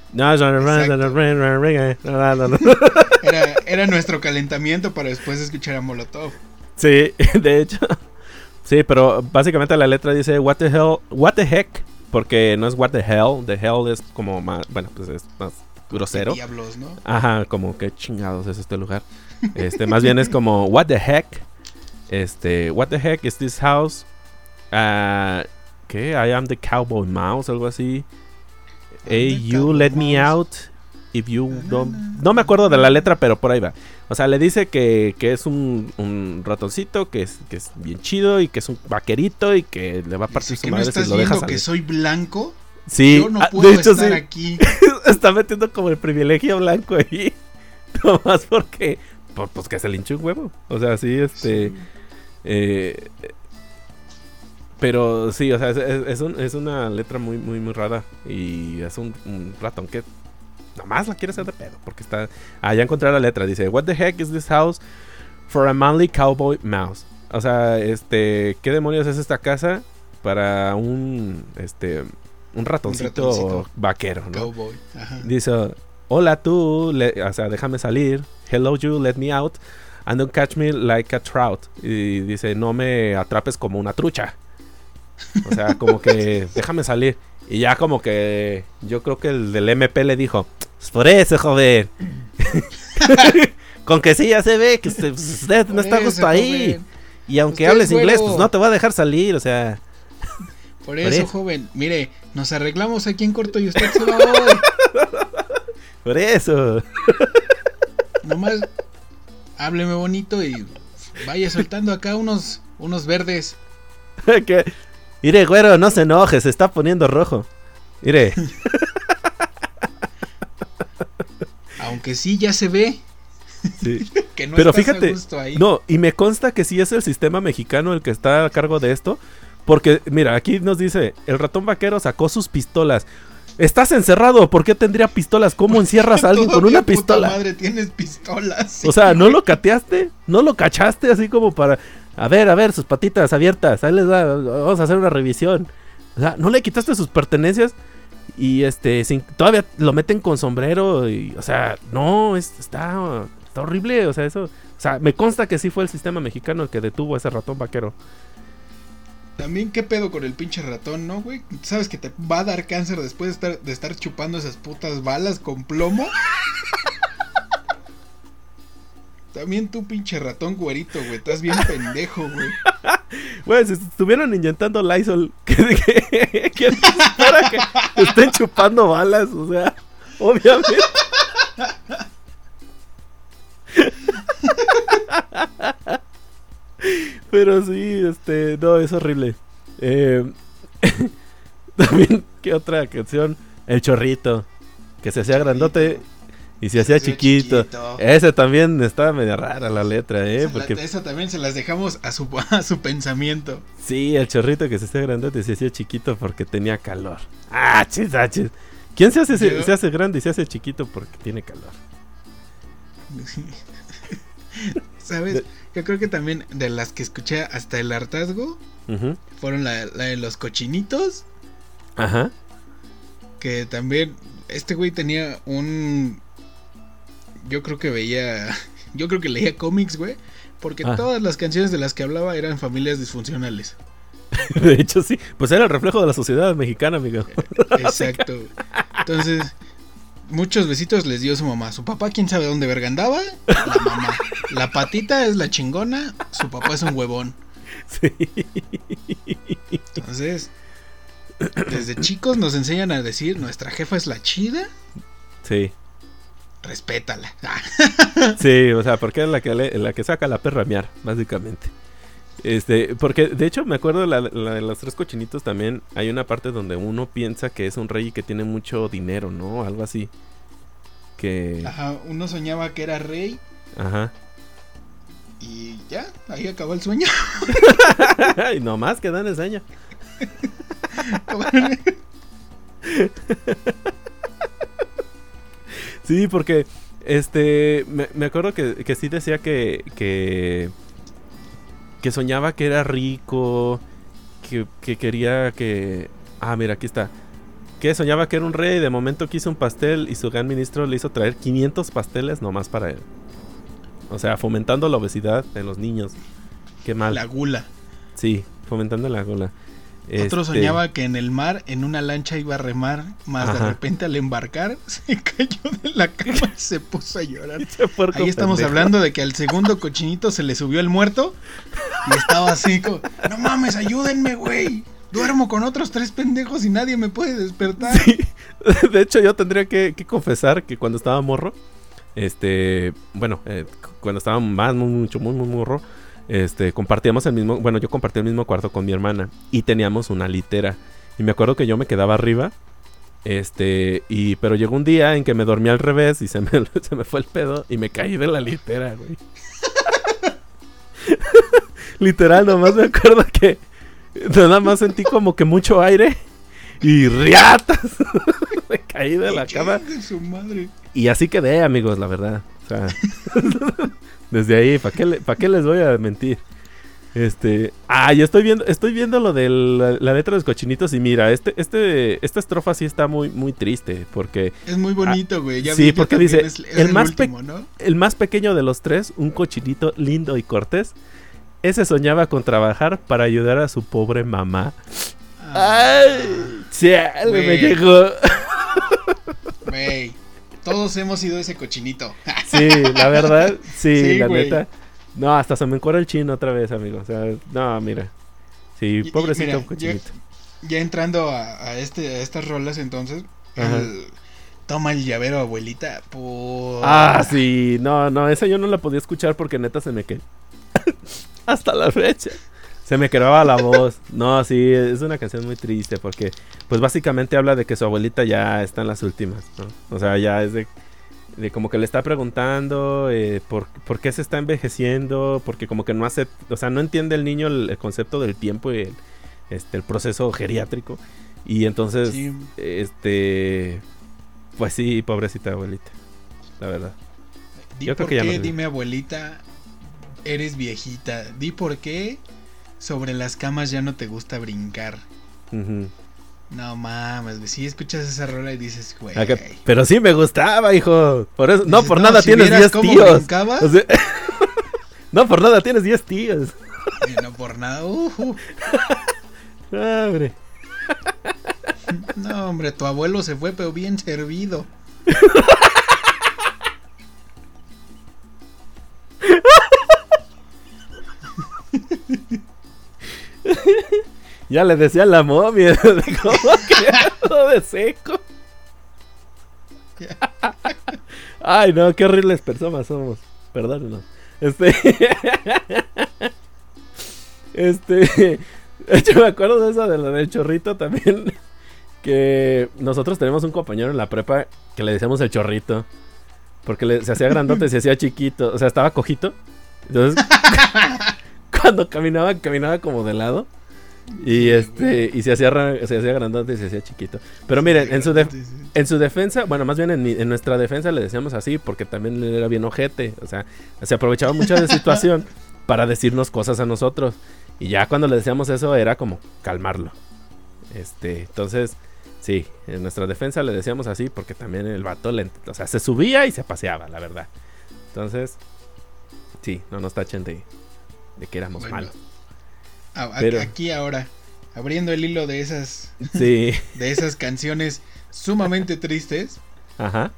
Era nuestro calentamiento para después escuchar a Molotov. Sí, de hecho. Sí, pero básicamente la letra dice what the heck, porque no es what the hell. The hell es como más, bueno, pues es más grosero. Diablos, ¿no? Ajá, como que chingados es este lugar. Más bien es como what the heck. What the heck is this house? ¿Qué? I am the cowboy mouse, algo así. Hey, you let me out if you don't... No me acuerdo de la letra, pero por ahí va. O sea, le dice que es un ratoncito, que es bien chido y que es un vaquerito y que le va a partir su madre si lo deja salir. ¿Que soy blanco? Sí, yo no puedo de hecho, estar sí. Aquí. Está metiendo como el privilegio blanco ahí. Nomás porque... Pues que se le hinche un huevo. O sea, sí, sí. Pero sí, o sea, es una letra muy, muy, muy rara. Y es un ratón que nomás la quiere hacer de pedo. Porque está... ya encontré la letra. Dice, what the heck is this house for a manly cowboy mouse? O sea, ¿qué demonios es esta casa para un ratoncito vaquero, ¿no? Cowboy. Ajá. Dice, hola tú, o sea, déjame salir. Hello you, let me out. And don't catch me like a trout. Y dice, no me atrapes como una trucha. O sea, como que déjame salir. Y ya como que yo creo que el del MP le dijo, es por eso, joven. Con que sí ya se ve que usted no está justo ahí. Joven. Y aunque hables inglés, pues no te va a dejar salir, o sea. Por eso, joven, mire, nos arreglamos aquí en corto y usted se va hoy. Por eso. Nomás hábleme bonito y vaya soltando acá unos verdes. ¿Qué? Mire, güero, no se enoje, se está poniendo rojo. Mire. Aunque sí ya se ve. Sí. Que no pero estás fíjate, a gusto ahí. No, y me consta que sí es el sistema mexicano el que está a cargo de esto. Porque, mira, aquí nos dice, el ratón vaquero sacó sus pistolas. Estás encerrado, ¿por qué tendría pistolas? ¿Cómo encierras a alguien con una pistola? Madre, tienes pistolas. Sí. O sea, ¿no lo cateaste? ¿No lo cachaste así como para... A ver, sus patitas abiertas, ahí les da, vamos a hacer una revisión. O sea, no le quitaste sus pertenencias y todavía lo meten con sombrero y, o sea, no, está horrible, o sea, eso, o sea, me consta que sí fue el sistema mexicano el que detuvo a ese ratón vaquero. También qué pedo con el pinche ratón, ¿no, güey? ¿Sabes que te va a dar cáncer después de estar chupando esas putas balas con plomo? También tú, pinche ratón güerito, güey. Estás bien pendejo, güey. Güey, si estuvieran inyectando Lysol, ¿quién espera que estén chupando balas? O sea, obviamente. Pero sí, no, es horrible. También, ¿qué otra canción? El Chorrito, que se hacía grandote y se hacía chiquito. Ese también estaba medio rara la letra, porque esa también se las dejamos a su pensamiento. Sí, el Chorrito que se hacía grandote y se hacía chiquito porque tenía calor. ¡Achis! ¿Quién se hace grande y se hace chiquito porque tiene calor? ¿Sabes? Yo creo que también de las que escuché hasta el hartazgo fueron la de los cochinitos. Ajá. Que también este güey tenía yo creo que leía cómics, güey, porque todas las canciones de las que hablaba eran familias disfuncionales. De hecho sí, pues era el reflejo de la sociedad mexicana, amigo. Exacto. Entonces, muchos besitos les dio su mamá. Su papá, quién sabe dónde verga andaba. La mamá. La patita es la chingona. Su papá es un huevón. Sí. Entonces, desde chicos nos enseñan a decir: nuestra jefa es la chida. Sí. Respétala. Sí, o sea, porque es la que saca la perra a miar, básicamente. Porque de hecho me acuerdo la de los tres cochinitos también. Hay una parte donde uno piensa que es un rey y que tiene mucho dinero, ¿no? Algo así. Ajá, uno soñaba que era rey. Ajá. Y ya, ahí acabó el sueño. Y nomás queda en el sueño. Sí, porque me acuerdo que sí decía que soñaba que era rico, que quería que... mira, aquí está. Que soñaba que era un rey, de momento quiso un pastel y su gran ministro le hizo traer 500 pasteles nomás para él. O sea, fomentando la obesidad en los niños. Qué mal. La gula. Sí, fomentando la gula. Otro soñaba que en el mar, en una lancha iba a remar, más de repente al embarcar se cayó de la cama y se puso a llorar. Ahí estamos hablando de que al segundo cochinito se le subió el muerto y estaba así como, no mames, ayúdenme, güey. Duermo con otros 3 pendejos y nadie me puede despertar. Sí. De hecho, yo tendría que confesar que cuando estaba morro, cuando estaba muy morro, compartíamos yo compartía el mismo cuarto con mi hermana y teníamos una litera y me acuerdo que yo me quedaba arriba, pero llegó un día en que me dormí al revés y se me fue el pedo y me caí de la litera, güey. Literal, nomás me acuerdo que nada más sentí como que mucho aire y riatas. Me caí de la cama. De su madre. Y así quedé, amigos, la verdad. O sea, desde ahí, ¿para qué les voy a mentir? Yo estoy viendo lo de la letra de los cochinitos y mira, esta estrofa sí está muy, muy triste porque... Es muy bonito, güey. Sí, porque dice, es el último, ¿no? El más pequeño de los 3, un cochinito lindo y cortés, ese soñaba con trabajar para ayudar a su pobre mamá. ¡Ay! Sí, me llegó. Güey, todos hemos sido ese cochinito. Sí, la verdad, sí, la güey. neta. No, hasta se me encuera el chino otra vez, amigo. O sea, no, mira. Sí, pobrecito mira, un cochinito. Ya entrando a estas rolas, entonces, toma el llavero, abuelita. Sí, no, esa yo no la podía escuchar porque neta se me quedó. Hasta la fecha. Se me quedaba la voz. No, sí, es una canción muy triste porque, pues básicamente habla de que su abuelita ya está en las últimas, ¿no? O sea, ya es de como que le está preguntando por qué se está envejeciendo, porque como que no hace, o sea, no entiende el niño el concepto del tiempo y el proceso geriátrico. Y entonces, sí. Pues sí, pobrecita abuelita, la verdad. Yo creo que ya no. Dime, abuelita, eres viejita. Di por qué sobre las camas ya no te gusta brincar. No mames, si escuchas esa rola y dices, güey. Pero sí me gustaba, hijo. Por eso, no por nada tienes 10 tíos. O sea, no por nada tienes 10 tíos. No por nada. Hombre. No, hombre, tu abuelo se fue, pero bien servido. Ya le decía la momia. ¿Cómo quedó de seco? Ay, no, qué horribles personas somos. Perdónenos. Yo me acuerdo de eso de lo del chorrito también. Que nosotros tenemos un compañero en la prepa que le decíamos el chorrito. Porque se hacía grandote y se hacía chiquito. O sea, estaba cojito. Entonces, cuando caminaba como de lado. Y y se hacía grandote y se hacía chiquito. Pero miren, en su defensa, bueno, más bien en nuestra defensa le decíamos así porque también él era bien ojete. O sea, se aprovechaba mucho de la situación para decirnos cosas a nosotros. Y ya cuando le decíamos eso era como calmarlo. Entonces, sí, en nuestra defensa le decíamos así porque también el vato o sea, se subía y se paseaba, la verdad. Entonces, sí, no nos tachen de que éramos malos. Pero aquí ahora, abriendo el hilo de esas sí. de esas canciones sumamente tristes. Ajá.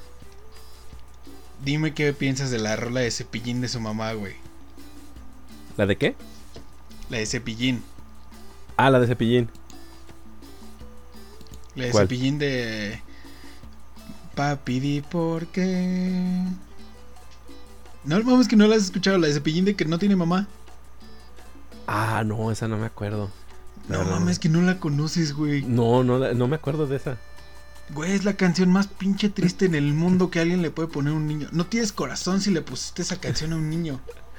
Dime qué piensas de la rola de Cepillín de su mamá, güey. ¿La de qué? La de Cepillín. Ah, la de Cepillín. La de ¿Cuál? Cepillín de Papi, di por qué. No, vamos, que no la has escuchado. La de Cepillín de que no tiene mamá. Ah, no, esa no me acuerdo. No mames, que no la conoces, güey. No me acuerdo de esa. Güey, es la canción más pinche triste en el mundo que alguien le puede poner a un niño. No tienes corazón si le pusiste esa canción a un niño.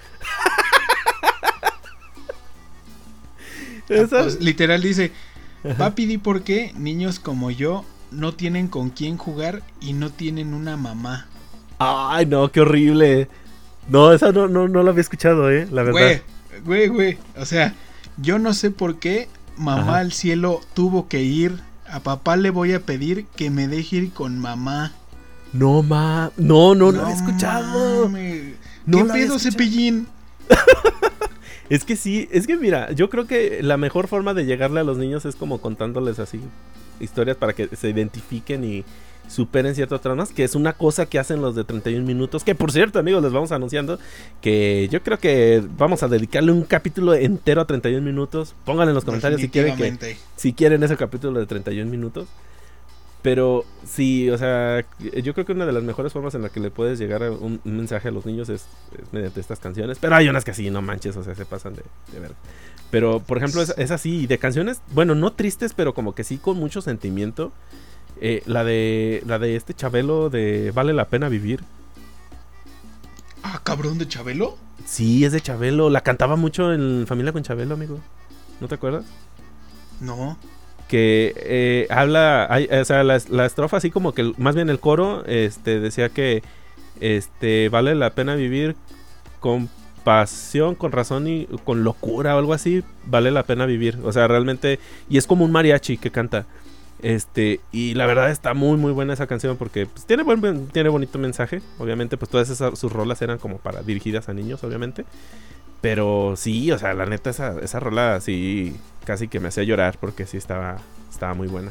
Pues, literal dice: Papi, di por qué niños como yo no tienen con quién jugar y no tienen una mamá. Ay, no, qué horrible. No, esa no la había escuchado, la verdad. Güey, o sea, yo no sé por qué mamá al cielo tuvo que ir. A papá le voy a pedir que me deje ir con mamá. No lo había escuchado. ¿Qué pedo, Cepillín? Es que sí, es que mira, yo creo que la mejor forma de llegarle a los niños es como contándoles así historias para que se identifiquen y superen ciertos traumas, que es una cosa que hacen los de 31 minutos, que por cierto, amigos, les vamos anunciando que yo creo que vamos a dedicarle un capítulo entero a 31 minutos. Pónganle en los comentarios si quieren ese capítulo de 31 minutos. Pero sí, o sea, yo creo que una de las mejores formas en la que le puedes llegar a un mensaje a los niños es mediante estas canciones. Pero hay unas que sí, no manches, o sea, se pasan de verdad. Pero, por ejemplo, es así, de canciones, bueno, no tristes, pero como que sí con mucho sentimiento. La de este Chabelo de Vale la Pena Vivir. Ah, cabrón, ¿de Chabelo? Sí, es de Chabelo. La cantaba mucho en Familia con Chabelo, amigo. ¿No te acuerdas? No. Que habla, o sea, la estrofa así como que, más bien el coro, decía que vale la pena vivir con pasión, con razón y con locura o algo así, vale la pena vivir. O sea, realmente, y es como un mariachi que canta. Y la verdad está muy muy buena esa canción porque pues, tiene bonito mensaje. Obviamente pues todas sus rolas eran como para dirigidas a niños, obviamente. Pero sí, o sea, la neta esa rola sí casi que me hacía llorar porque sí estaba muy buena.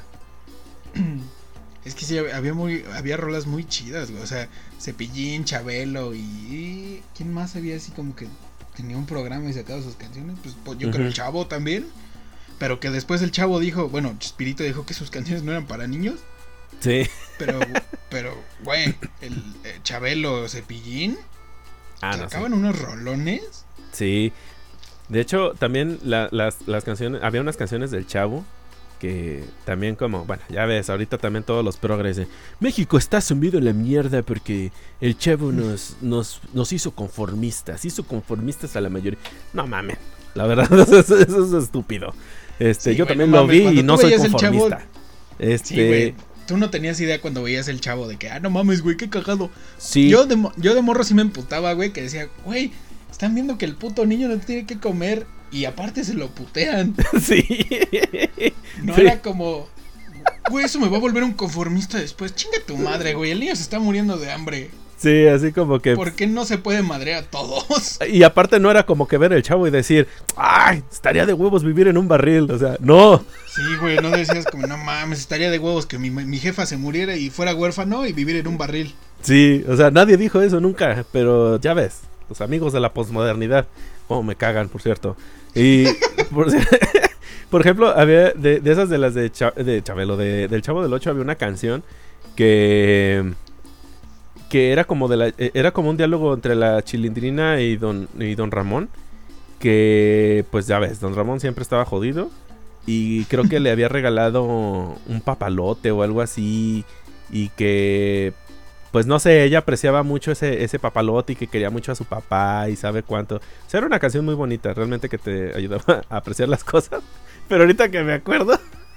Es que sí, había rolas muy chidas, güey. O sea, Cepillín, Chabelo y ¿quién más había así como que tenía un programa y sacaba sus canciones? Pues yo creo el Chavo también. Pero que después el Chavo dijo, bueno, Chespirito dijo que sus canciones no eran para niños. Sí. Pero güey, el Chabelo, Cepillín, sacaban unos rolones. Sí. De hecho, también las canciones, había unas canciones del Chavo que también como, bueno, ya ves, ahorita también todos los progres de México está sumido en la mierda porque el Chavo nos hizo conformistas a la mayoría. No mames, la verdad, eso es estúpido. Sí, yo también lo vi y no soy conformista. Chavo, sí, güey. Tú no tenías idea cuando veías el Chavo de que, no mames, güey, qué cagado. Sí. Yo de morro sí me emputaba, güey, que decía, güey, están viendo que el puto niño no tiene que comer y aparte se lo putean. Sí. No era como, güey, eso me va a volver un conformista después. Chinga tu madre, güey, el niño se está muriendo de hambre. Sí, así como que... ¿Por qué no se puede madrear a todos? Y aparte no era como que ver el Chavo y decir, ¡ay! Estaría de huevos vivir en un barril. O sea, no. Sí, güey, no decías como, no mames, estaría de huevos que mi jefa se muriera y fuera huérfano y vivir en un barril. Sí, o sea, nadie dijo eso nunca. Pero ya ves, los amigos de la posmodernidad, cómo me cagan, por cierto. Y Por ejemplo, había de esas de las de Chabelo, del Chavo del Ocho, había una canción que era como era como un diálogo entre la Chilindrina y don Ramón, que pues ya ves, don Ramón siempre estaba jodido y creo que le había regalado un papalote o algo así, y que pues no sé, ella apreciaba mucho ese papalote y que quería mucho a su papá y sabe cuánto. O sea, era una canción muy bonita, realmente, que te ayudaba a apreciar las cosas. Pero ahorita que me acuerdo,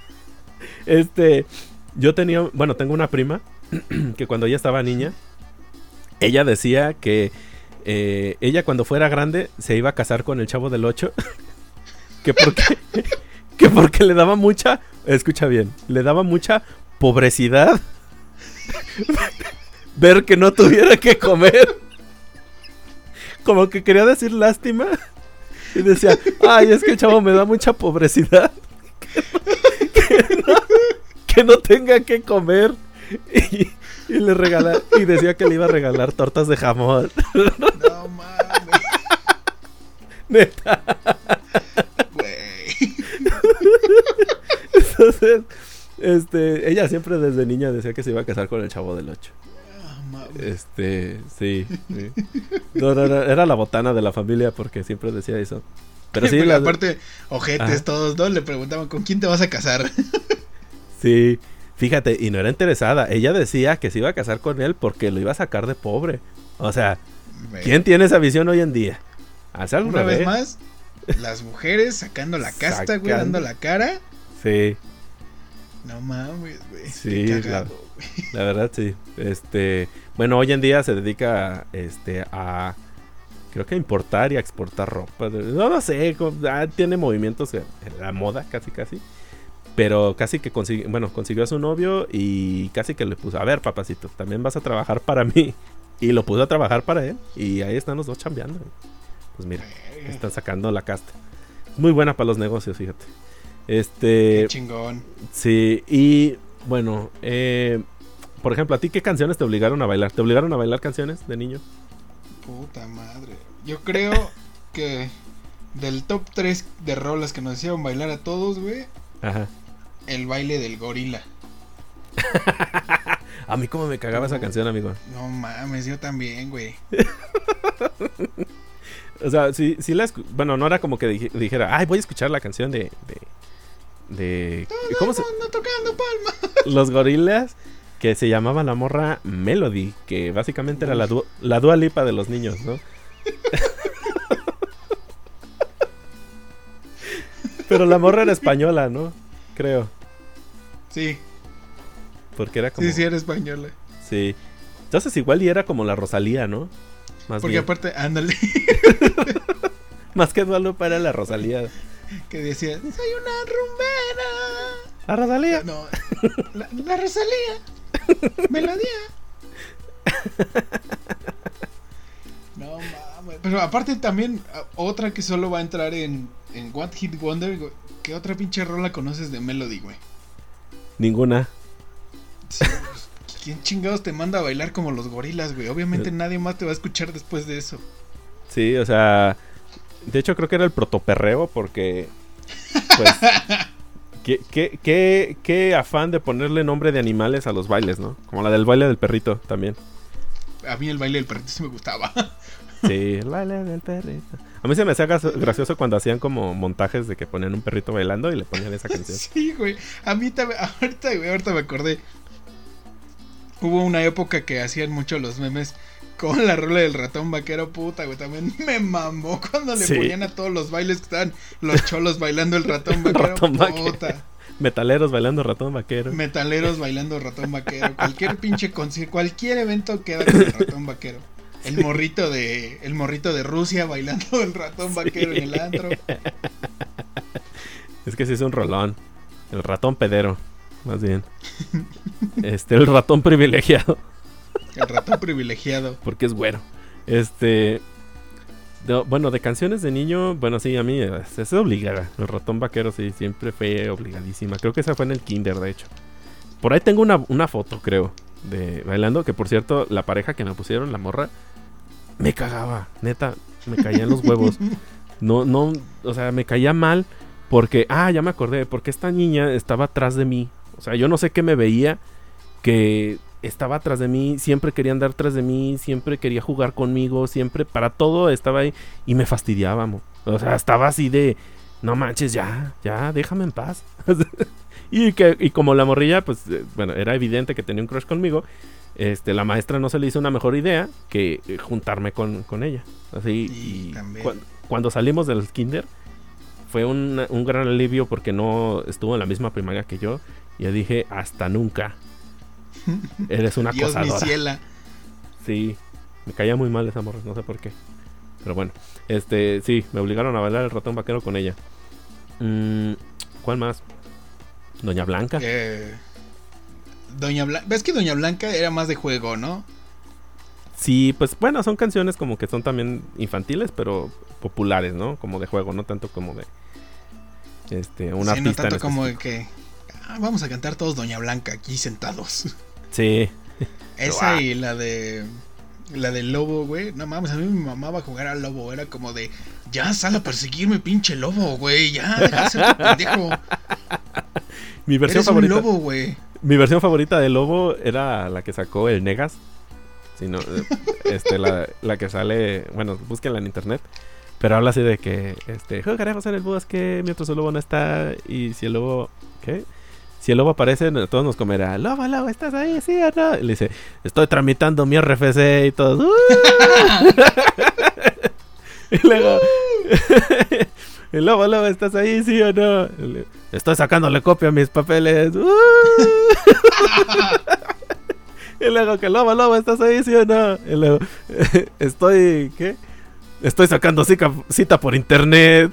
yo tengo una prima que cuando ella estaba niña, ella decía que ella cuando fuera grande se iba a casar con el Chavo del Ocho. que porque le daba mucha, escucha bien, le daba mucha pobrecidad ver que no tuviera que comer. Como que quería decir lástima. Y decía, ay, es que el Chavo me da mucha pobrecidad. Que no tenga que comer. Y le regala, y decía que le iba a regalar tortas de jamón. No mames. Neta. Güey. Entonces, ella siempre desde niña decía que se iba a casar con el Chavo del Ocho. Sí. No, era la botana de la familia porque siempre decía eso. Pero sí, aparte, ojetes todos, ¿no? Le preguntaban, ¿con quién te vas a casar? Sí, fíjate, y no era interesada. Ella decía que se iba a casar con él porque lo iba a sacar de pobre. O sea, ¿quién tiene esa visión hoy en día? Una vez más, las mujeres sacando la casta, güey, dando la cara. Sí. No mames, güey. Sí, la verdad, sí. Bueno, hoy en día se dedica a creo que a importar y a exportar ropa. No sé, tiene movimientos en la moda, casi. Pero casi que consiguió a su novio y casi que le puso, a ver, papacito, también vas a trabajar para mí. Y lo puso a trabajar para él. Y ahí están los dos chambeando. Pues mira, están sacando la casta. Muy buena para los negocios, fíjate. Qué chingón. Sí, y bueno, por ejemplo, ¿a ti qué canciones te obligaron a bailar? ¿Te obligaron a bailar canciones de niño? Puta madre. Yo creo que del top 3 de rolas que nos hicieron bailar a todos, güey. Ajá. El baile del gorila. A mí cómo me cagaba esa canción, amigo. No mames, yo también, güey. O sea, sí bueno, no era como que dijera, ay, voy a escuchar la canción de ¿cómo se? No tocando palma. Los Gorilas, que se llamaba la morra Melody, que básicamente era la Dua Lipa de los niños, ¿no? Pero la morra era española, ¿no? Creo. Sí. Porque era como... Sí, era española. Sí. Entonces igual y era como la Rosalía, ¿no? Más porque bien. Aparte, ándale. Más que Dua Lipa era la Rosalía. Que decía, soy una rumbera. ¿La Rosalía? No, la Rosalía. Melodía. No mames. Pero aparte también, otra que solo va a entrar en One Hit Wonder. ¿Qué otra pinche rola conoces de Melody, güey? Ninguna. Sí, pues, ¿quién chingados te manda a bailar como los Gorilas, güey? Obviamente nadie más te va a escuchar después de eso. Sí, o sea... De hecho, creo que era el protoperreo porque... Pues... ¿Qué afán de ponerle nombre de animales a los bailes, ¿no? Como la del baile del perrito también. A mí el baile del perrito sí me gustaba. Sí, el baile del perrito. A mí se me hacía gracioso cuando hacían como montajes de que ponían un perrito bailando y le ponían esa canción. Sí, güey. A mí también... Ahorita me acordé. Hubo una época que hacían mucho los memes con la rola del ratón vaquero, puta, güey. También me mamó cuando le ponían a todos los bailes que estaban los cholos bailando el ratón vaquero, puta. Metaleros bailando ratón vaquero. Metaleros bailando ratón vaquero. Cualquier pinche concierto, cualquier evento queda con el ratón vaquero. El morrito de Rusia bailando el ratón vaquero en el antro. Es que sí es un rolón. El ratón pedero, más bien. El ratón privilegiado. El ratón privilegiado. Porque es güero. Bueno, de canciones de niño, bueno, sí, a mí es obligada. El ratón vaquero sí, siempre fue obligadísima. Creo que esa fue en el kinder, de hecho. Por ahí tengo una foto, creo, de bailando. Que por cierto, la pareja que me pusieron, la morra, me cagaba. Neta, me caían los huevos. No, o sea, me caía mal Porque, ya me acordé, porque esta niña estaba atrás de mí. O sea, yo no sé qué me veía, que estaba atrás de mí, siempre quería andar tras de mí, siempre quería jugar conmigo, siempre, para todo estaba ahí y me fastidiaba, o sea, estaba así de, no manches, ya, déjame en paz. y como la morrilla, pues, bueno, era evidente que tenía un crush conmigo, la maestra no se le hizo una mejor idea que juntarme con ella. Así, y cuando salimos del kinder, fue un gran alivio porque no estuvo en la misma primaria que yo. Y yo dije, hasta nunca. Eres una Dios, acosadora. Mi ciela. Sí, me caía muy mal esa morra, no sé por qué. Pero bueno, sí, me obligaron a bailar el ratón vaquero con ella. ¿Cuál más? Doña Blanca. ¿Ves que Doña Blanca era más de juego, no? Sí, pues bueno, son canciones como que son también infantiles, pero populares, ¿no? Como de juego, no tanto como de un artista. No tanto como de que vamos a cantar todos Doña Blanca aquí sentados. Sí. Esa y la del lobo, güey. No mames, a mí mi mamá va a jugar al lobo. Era como de, ya sal a perseguirme, pinche lobo, güey. Ya, deja de ser tu pendejo. Mi versión Eres favorita. Un lobo, güey. Mi versión favorita de lobo era la que sacó el Negas. Sino, la que sale, bueno, búsquenla en internet. Pero habla así de que, jugaremos en el bosque mientras el lobo no está. Y si el lobo, ¿qué? Si el lobo aparece, todos nos comerá. Lobo, ¿estás ahí? ¿Sí o no? Y le dice, estoy tramitando mi RFC y todo. Y luego, el lobo, ¿estás ahí? ¿Sí o no? Estoy sacándole copia a mis papeles. Y luego, que lobo, ¿estás ahí? ¿Sí o no? Y luego, ¿qué? Estoy sacando cita por internet.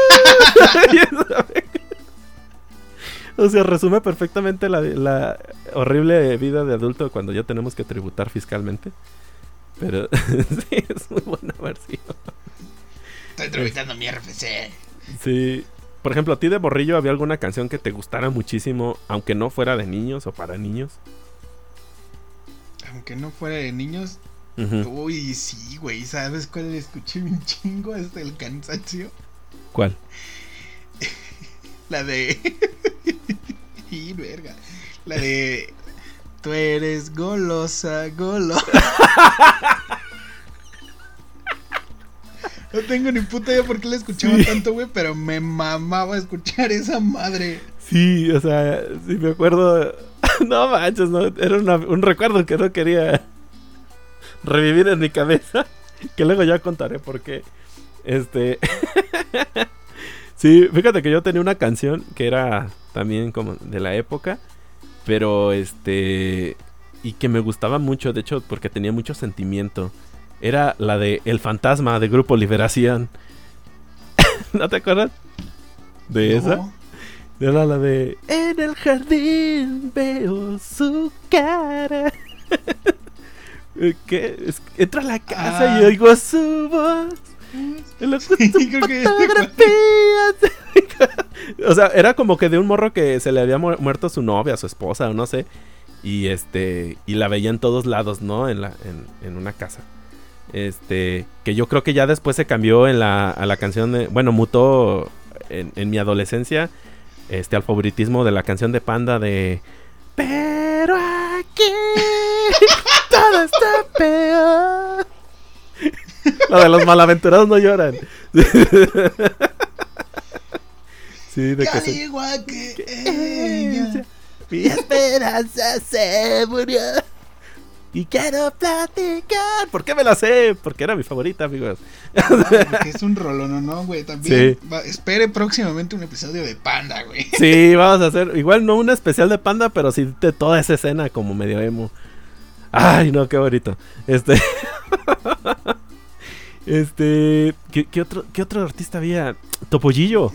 O sea, resume perfectamente la horrible vida de adulto cuando ya tenemos que tributar fiscalmente. Pero sí, es muy buena versión. Estoy tributando mi RFC. Sí. Por ejemplo, ¿a ti de morrillo había alguna canción que te gustara muchísimo, aunque no fuera de niños o para niños? Aunque no fuera de niños. Uh-huh. Uy, sí, güey. ¿Sabes cuál escuché un chingo hasta el cansancio? ¿Cuál? La de... y verga. La de... Tú eres golosa. No tengo ni puta idea por qué la escuchaba tanto, güey, pero me mamaba escuchar esa madre. Sí, o sea, sí me acuerdo. No manches, no, era un recuerdo que no quería revivir en mi cabeza. Que luego ya contaré por qué. Sí, fíjate que yo tenía una canción que era también como de la época. Pero y que me gustaba mucho, de hecho, porque tenía mucho sentimiento. Era la de El Fantasma de Grupo Liberación. ¿No te acuerdas de esa? Era la de En el jardín veo su cara. ¿Qué? Entra a la casa y oigo su voz. O sea, era como que de un morro que se le había muerto su novia, su esposa, o no sé. Y y la veía en todos lados, ¿no? En una casa. Que yo creo que ya después se cambió a la canción de, bueno, mutó en mi adolescencia al favoritismo de la canción de Panda de Pero aquí todo está peor. La de los malaventurados no lloran. Sí, de que igual que ella. Mi esperanza se murió. Y quiero platicar. ¿Por qué me la sé? Porque era mi favorita, amigos. Porque es un rolón, ¿no, güey? También espere próximamente un episodio de Panda, güey. Sí, vamos a hacer, igual no un especial de Panda, pero sí de toda esa escena como medio emo. Ay, no, qué bonito. ¿Qué otro artista había? Topollillo.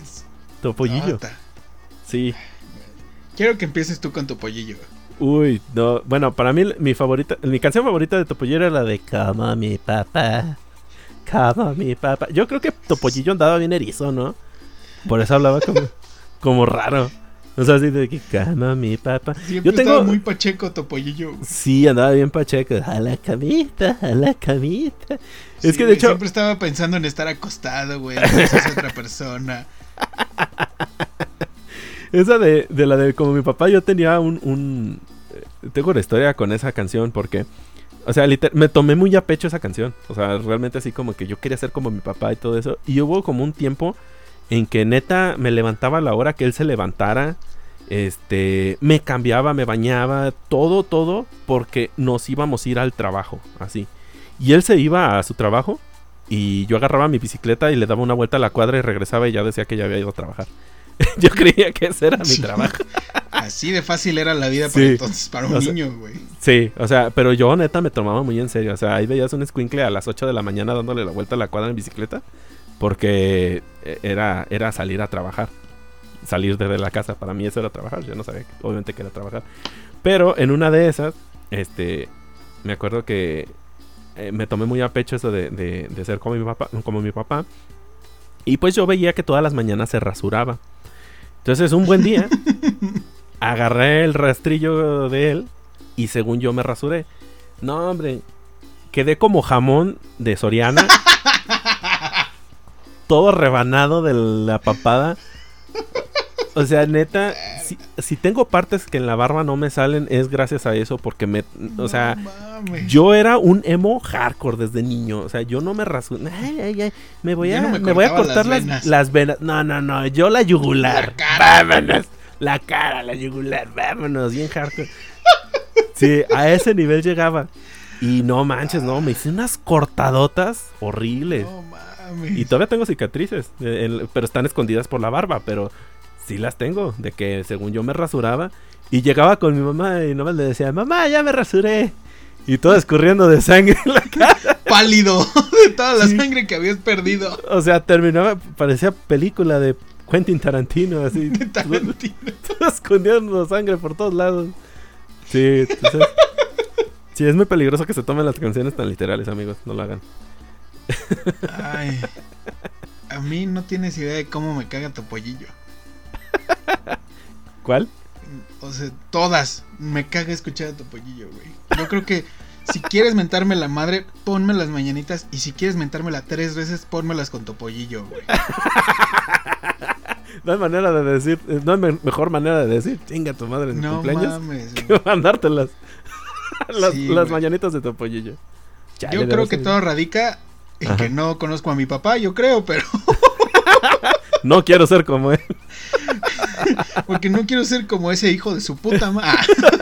Sí. Quiero que empieces tú con Topollillo. Uy, no, bueno, para mí mi canción favorita de Topollillo era la de Como mi papá. Yo creo que Topollillo andaba bien erizo, ¿no? Por eso hablaba como raro. O sea, así de que cama mi papá. Siempre estaba muy pacheco Topollillo. Sí, andaba bien pacheco. A la camita. Sí, es que de hecho siempre estaba pensando en estar acostado, güey. Entonces otra persona. Esa de la de como mi papá, yo tenía tengo una historia con esa canción porque, o sea, me tomé muy a pecho esa canción. O sea, realmente así como que yo quería ser como mi papá y todo eso. Y hubo como un tiempo en que neta me levantaba a la hora que él se levantara. Me cambiaba, me bañaba, todo, porque nos íbamos a ir al trabajo, así. Y él se iba a su trabajo y yo agarraba mi bicicleta y le daba una vuelta a la cuadra y regresaba y ya decía que ya había ido a trabajar. Yo creía que ese era mi trabajo. Así de fácil era la vida para entonces, para un niño, güey. Sí, o sea, pero yo neta me tomaba muy en serio. O sea, ahí veías un escuincle a las 8 de la mañana dándole la vuelta a la cuadra en bicicleta. Porque era salir a trabajar. Salir desde la casa. Para mí eso era trabajar. Yo no sabía, obviamente, que era trabajar. Pero en una de esas, me acuerdo que me tomé muy a pecho eso de ser como mi papá. Y pues yo veía que todas las mañanas se rasuraba. Entonces un buen día agarré el rastrillo de él y según yo me rasuré. No, hombre, quedé como jamón de Soriana. Todo rebanado de la papada. O sea, neta, si tengo partes que en la barba no me salen, es gracias a eso, porque o sea, yo era un emo hardcore desde niño. O sea, yo no me rasuré. Ay, me voy a cortar las venas. No, yo la yugular. Vámonos. La cara, la yugular, vámonos, bien hardcore. Sí, a ese nivel llegaba. Y no manches, no, me hice unas cortadotas horribles. No mames. Y todavía tengo cicatrices, pero están escondidas por la barba, pero sí las tengo, de que según yo me rasuraba y llegaba con mi mamá y nomás le decía, mamá, ya me rasuré. Y todo escurriendo de sangre en la cara. Pálido de toda la sangre que habías perdido. O sea, terminaba, parecía película de Quentin Tarantino, así. De Tarantino. Todo escondiendo sangre por todos lados. Sí, entonces, sí, es muy peligroso que se tomen las canciones tan literales, amigos, no lo hagan. Ay, a mí no tienes idea de cómo me caga Topollillo. ¿Cuál? O sea, todas. Me caga escuchar a Topollillo, güey. Yo creo que si quieres mentarme la madre, ponme las mañanitas. Y si quieres mentármela 3 veces, pónmelas con Topollillo, güey. No hay manera de decir, no hay mejor manera de decir, chinga tu madre en tu cumpleaños. No mames, que mandártelas. las mañanitas de Topollillo. Chale, yo creo que todo radica en que no conozco a mi papá, yo creo, pero... No quiero ser como él. Porque no quiero ser como ese hijo de su puta madre.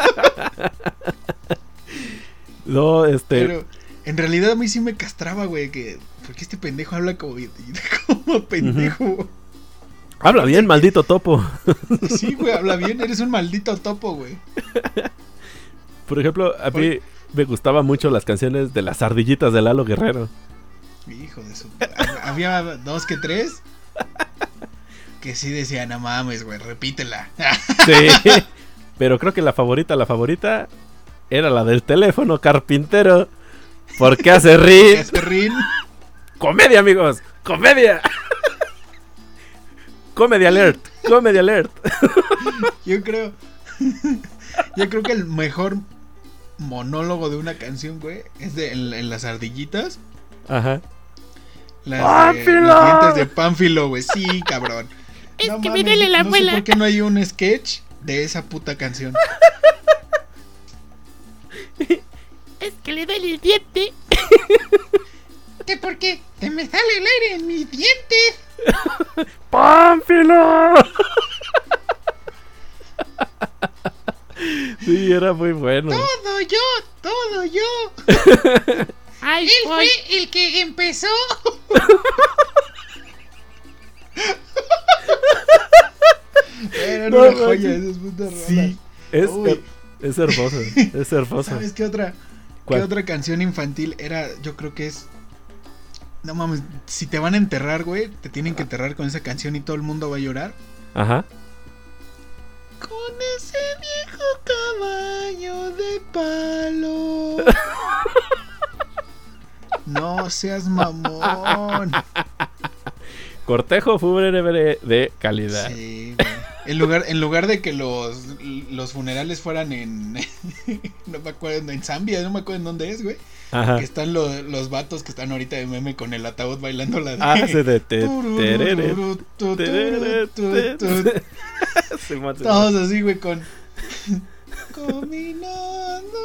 No, Pero en realidad a mí sí me castraba, güey, que... Porque este pendejo habla como pendejo. Uh-huh. Habla bien, maldito topo. Sí, güey, habla bien, eres un maldito topo, güey. Por ejemplo, a mí me gustaban mucho las canciones de las ardillitas de Lalo Guerrero. Hijo de su... Había 2 que 3 que sí decían, no mames, güey, repítela. Sí, pero creo que la favorita era la del teléfono carpintero. ¿Por qué hace rin? Comedia, amigos, comedia. Comedy alert. Yo creo que el mejor monólogo de una canción, güey, es en las ardillitas. Ajá. Los dientes de Pánfilo, güey. Sí, cabrón. Es no que mames, me duele la abuela. No sé por qué no hay un sketch de esa puta canción. Es que le duele el diente. ¿Qué por qué? Te me sale el aire en mis dientes. ¡Pánfilo! Sí, era muy bueno. Todo yo. Ay, él fue el que empezó. Era una joya esas putas rolas. Sí, es hermoso. Es hermoso. ¿Sabes qué otra? ¿Qué otra canción infantil era? Yo creo que es... No mames, si te van a enterrar, güey, te tienen que enterrar con esa canción y todo el mundo va a llorar. Ajá. Con ese viejo caballo de palo. No seas mamón. Cortejo fúnebre de calidad. Sí, güey. En lugar de que los funerales fueran en no me acuerdo, en Zambia, no me acuerdo en dónde es, güey. Ajá. Que están los vatos que están ahorita de meme con el ataúd bailando la de... Ah, sí, de Todos así, güey, con... Caminando.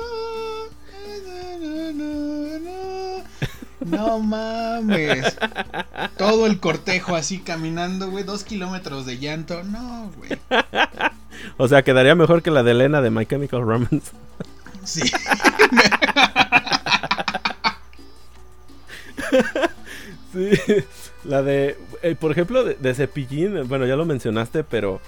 No mames. Todo el cortejo así caminando, güey. 2 kilómetros de llanto. No, güey. O sea, quedaría mejor que la de Elena de My Chemical Romance. Sí. Sí. La de... por ejemplo, de Cepillín. Bueno, ya lo mencionaste, pero...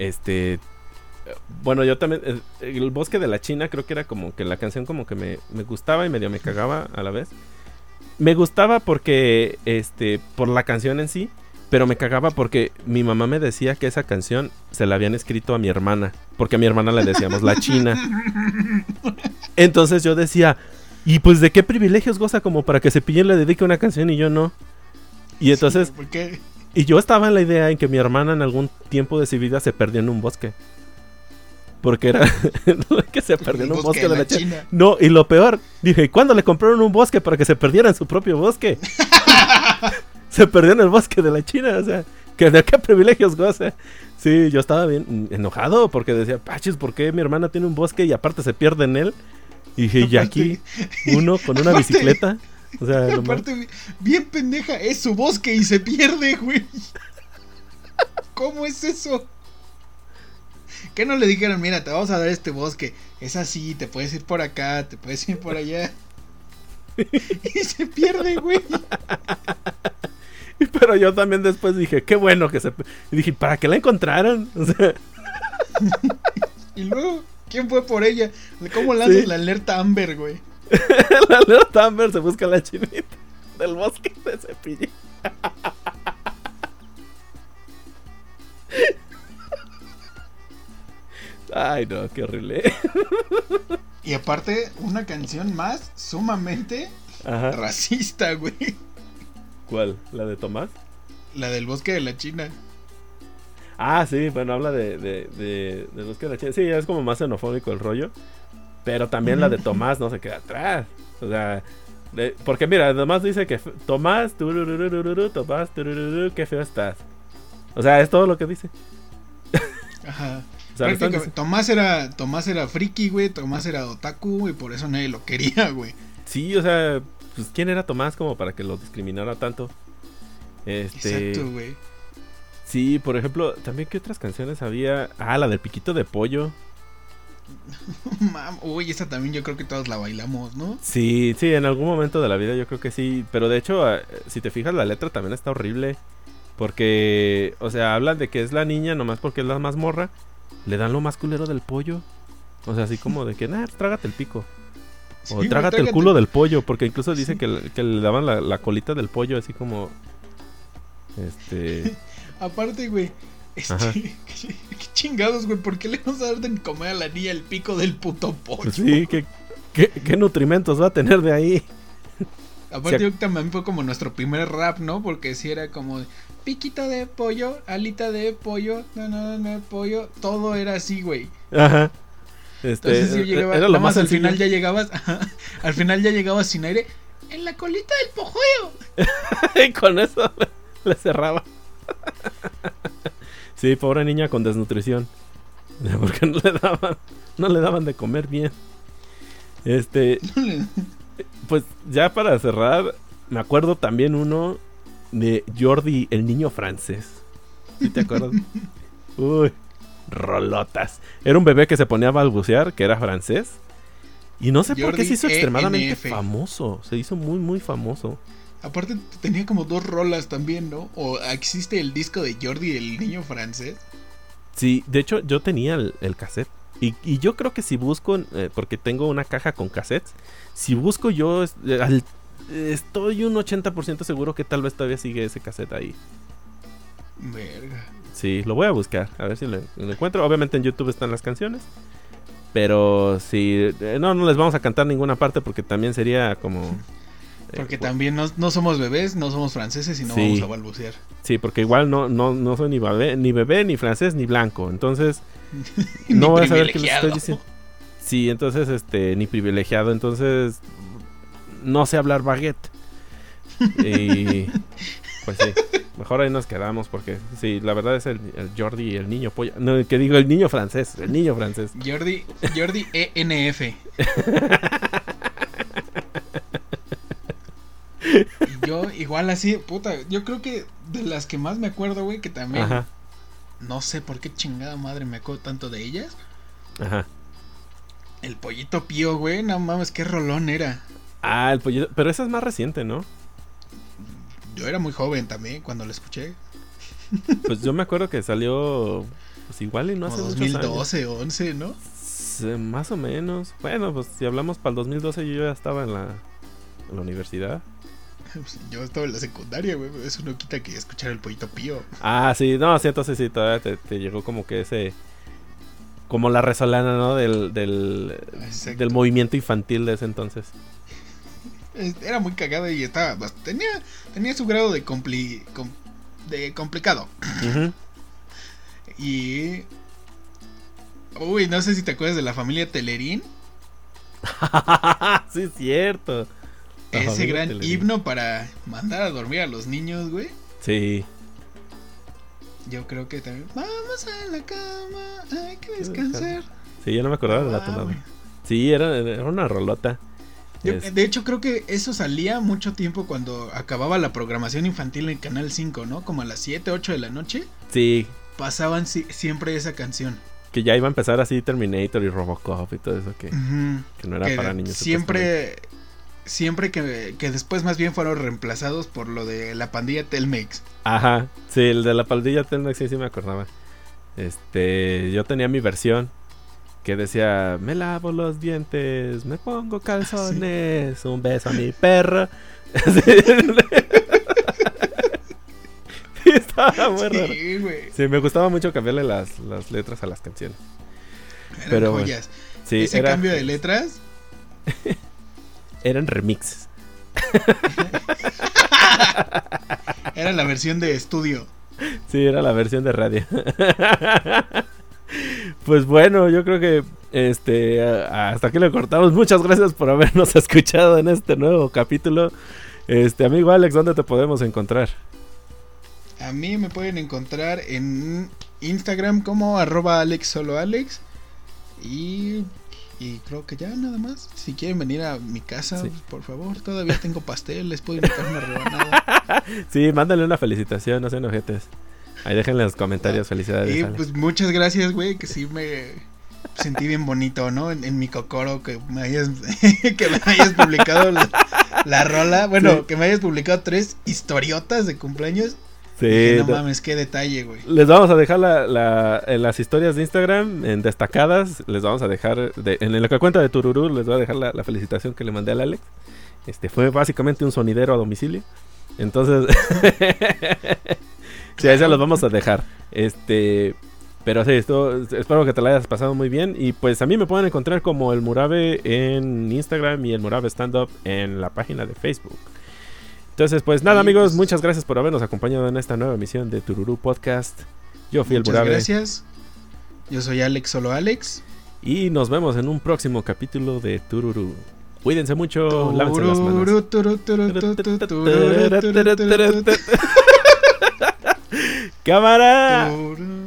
Bueno, yo también... El Bosque de la China creo que era como que la canción como que me gustaba y medio me cagaba a la vez. Me gustaba porque... por la canción en sí. Pero me cagaba porque mi mamá me decía que esa canción se la habían escrito a mi hermana. Porque a mi hermana le decíamos la China. Entonces yo decía... ¿Y pues de qué privilegios goza como para que Cepillín le dedique una canción y yo no? Y entonces... Sí, ¿por qué? Y yo estaba en la idea en que mi hermana en algún tiempo de su vida se perdió en un bosque. Porque era que se perdió en un bosque de la China. No, y lo peor, dije, ¿y cuándo le compraron un bosque para que se perdiera en su propio bosque? Se perdió en el bosque de la China, o sea, que de qué privilegios goza. Sí, yo estaba bien enojado porque decía, pachis, ¿por qué mi hermana tiene un bosque y aparte se pierde en él? Y dije, y aquí uno con una bicicleta. O sea, aparte, bien pendeja, es su bosque y se pierde, güey. ¿Cómo es eso? ¿Qué no le dijeron? Mira, te vamos a dar este bosque. Es así, te puedes ir por acá, te puedes ir por allá. Y se pierde, güey. Pero yo también después dije, qué bueno que se... Y dije, ¿para qué la encontraron? O sea... Y luego, ¿quién fue por ella? ¿Cómo lanzas la alerta Amber, güey? La alerta Amber se busca la chinita del bosque de Cepillín. Ay, no, qué horrible. Y aparte, una canción más sumamente racista, güey. ¿Cuál? ¿La de Tomás? La del bosque de la China. Ah, sí, bueno, habla del bosque de la China. Sí, es como más xenofóbico el rollo. Pero también la de Tomás no se queda atrás. O sea, porque mira, nomás dice que Tomás, Tomás, qué feo estás. O sea, es todo lo que dice. Ajá. O sea, Tomás era friki, güey. Tomás era otaku y por eso nadie lo quería, güey. Sí, o sea, pues ¿quién era Tomás como para que lo discriminara tanto? Exacto, güey. Sí, por ejemplo, también ¿qué otras canciones había? Ah, la del Piquito de Pollo. Uy, esa también yo creo que todos la bailamos, ¿no? Sí, en algún momento de la vida yo creo que sí. Pero de hecho, si te fijas, la letra también está horrible. Porque, o sea, hablan de que es la niña nomás porque es la más morra. Le dan lo más culero del pollo. O sea, así como de que, trágate el pico. O sí, trágate el culo del pollo. Porque incluso dice que le daban la colita del pollo, así como... Aparte, güey, qué chingados, güey, ¿por qué le vamos a dar de comer a la niña el pico del puto pollo? Pues sí, ¿qué nutrimentos va a tener de ahí? Aparte, yo también fue como nuestro primer rap, ¿no? Porque si era como piquito de pollo, alita de pollo, no, pollo, todo era así, güey. Ajá. Entonces yo llegaba, era lo más al final ya llegabas, al final ya llegabas sin aire, en la colita del pojuelo. Y con eso le cerraba. Sí, pobre niña con desnutrición. Porque no le daban de comer bien. Pues ya para cerrar, me acuerdo también uno de Jordi, el niño francés. ¿Sí te acuerdas? Uy, rolotas. Era un bebé que se ponía a balbucear, que era francés. Y no sé por qué se hizo extremadamente famoso. Se hizo muy, muy famoso. Aparte tenía como 2 rolas también, ¿no? ¿O existe el disco de Jordi, el niño francés? Sí, de hecho yo tenía el cassette. Y yo creo que si busco, porque tengo una caja con cassettes, si busco yo, estoy un 80% seguro que tal vez todavía sigue ese cassette ahí. Verga. Sí, lo voy a buscar, a ver si lo encuentro. Obviamente en YouTube están las canciones. Pero sí, no les vamos a cantar ninguna parte porque también sería como... Porque también no somos bebés, no somos franceses y no vamos a balbucear. Sí, porque igual no soy ni bebé, ni francés, ni blanco. Entonces, no voy a saber qué les estoy diciendo. Sí, entonces, ni privilegiado, entonces no sé hablar baguette. Y pues sí, mejor ahí nos quedamos porque sí, la verdad es el Jordi, el niño polla. No, que digo, el niño francés. Jordi ENF. Y yo igual así, puta, yo creo que de las que más me acuerdo, güey, que también Ajá. No sé por qué chingada madre me acuerdo tanto de ellas. Ajá. El Pollito Pío, güey, no mames, qué rolón era. Ah, el pollito, pero esa es más reciente, ¿no? Yo era muy joven también cuando lo escuché. Pues yo me acuerdo que salió, pues igual y no hace Como muchos años. 2012, 11, ¿no? Más o menos. Bueno, pues si hablamos para el 2012 yo ya estaba en la universidad. Pues yo estaba en la secundaria, güey. Eso no quita que escuchar el Pollito Pío. Ah, sí, no, sí, entonces sí, todavía te llegó como que ese... Como la resolana, ¿no? Del movimiento infantil de ese entonces. Era muy cagado y estaba... Tenía su grado de complicado. Uh-huh. Y... Uy, no sé si te acuerdas de la familia Telerín. Sí, es cierto. Ese gran himno para mandar a dormir a los niños, güey. Sí. Yo creo que también. Vamos a la cama, hay que descansar. Sí, yo no me acordaba de la tonada. Sí, era una rolota. De hecho, creo que eso salía mucho tiempo cuando acababa la programación infantil en Canal 5, ¿no? Como a las 7, 8 de la noche. Sí. Pasaban siempre esa canción. Que ya iba a empezar así Terminator y Robocop y todo eso que no era para niños. Siempre que después más bien fueron reemplazados por lo de la pandilla Telmex. Ajá, sí, el de la pandilla Telmex sí me acordaba. Yo tenía mi versión que decía, me lavo los dientes, me pongo calzones, un beso a mi perro. Sí, estaba muy raro. Sí, güey. Sí, me gustaba mucho cambiarle las letras a las canciones. Eran pero joyas. Sí, ese cambio de letras eran remixes. Era la versión de estudio. Sí, era la versión de radio. Pues bueno, yo creo que hasta aquí lo cortamos. Muchas gracias por habernos escuchado en este nuevo capítulo. Amigo Alex, ¿dónde te podemos encontrar? A mí me pueden encontrar en Instagram como @AlexSoloAlex. Y creo que ya nada más. Si quieren venir a mi casa, sí, por favor, todavía tengo pastel, les puedo invitar una rebanada. Sí, mándale una felicitación, no sean ojetes. Ahí déjenle en los comentarios, felicidades. Y pues muchas gracias, güey, que sí me sentí bien bonito, ¿no? En mi cocoro, que me hayas publicado la rola. Bueno, sí, que me hayas publicado 3 historiotas de cumpleaños. Sí, dije, no mames, qué detalle, güey. Les vamos a dejar en las historias de Instagram, en destacadas, les vamos a dejar, en la cuenta de Tururú, les voy a dejar la felicitación que le mandé al Alex. Fue básicamente un sonidero a domicilio. Entonces, sí, ahí se los vamos a dejar. Pero sí, espero que te la hayas pasado muy bien. Y pues a mí me pueden encontrar como el Murabe en Instagram y el Murabe Stand Up en la página de Facebook. Entonces, pues nada, amigos, muchas gracias por habernos acompañado en esta nueva emisión de Tururú Podcast. Yo fui el Murabe. Muchas gracias. Yo soy Alex, solo Alex. Y nos vemos en un próximo capítulo de Tururú. Cuídense mucho, lávense las manos. ¡Cámara!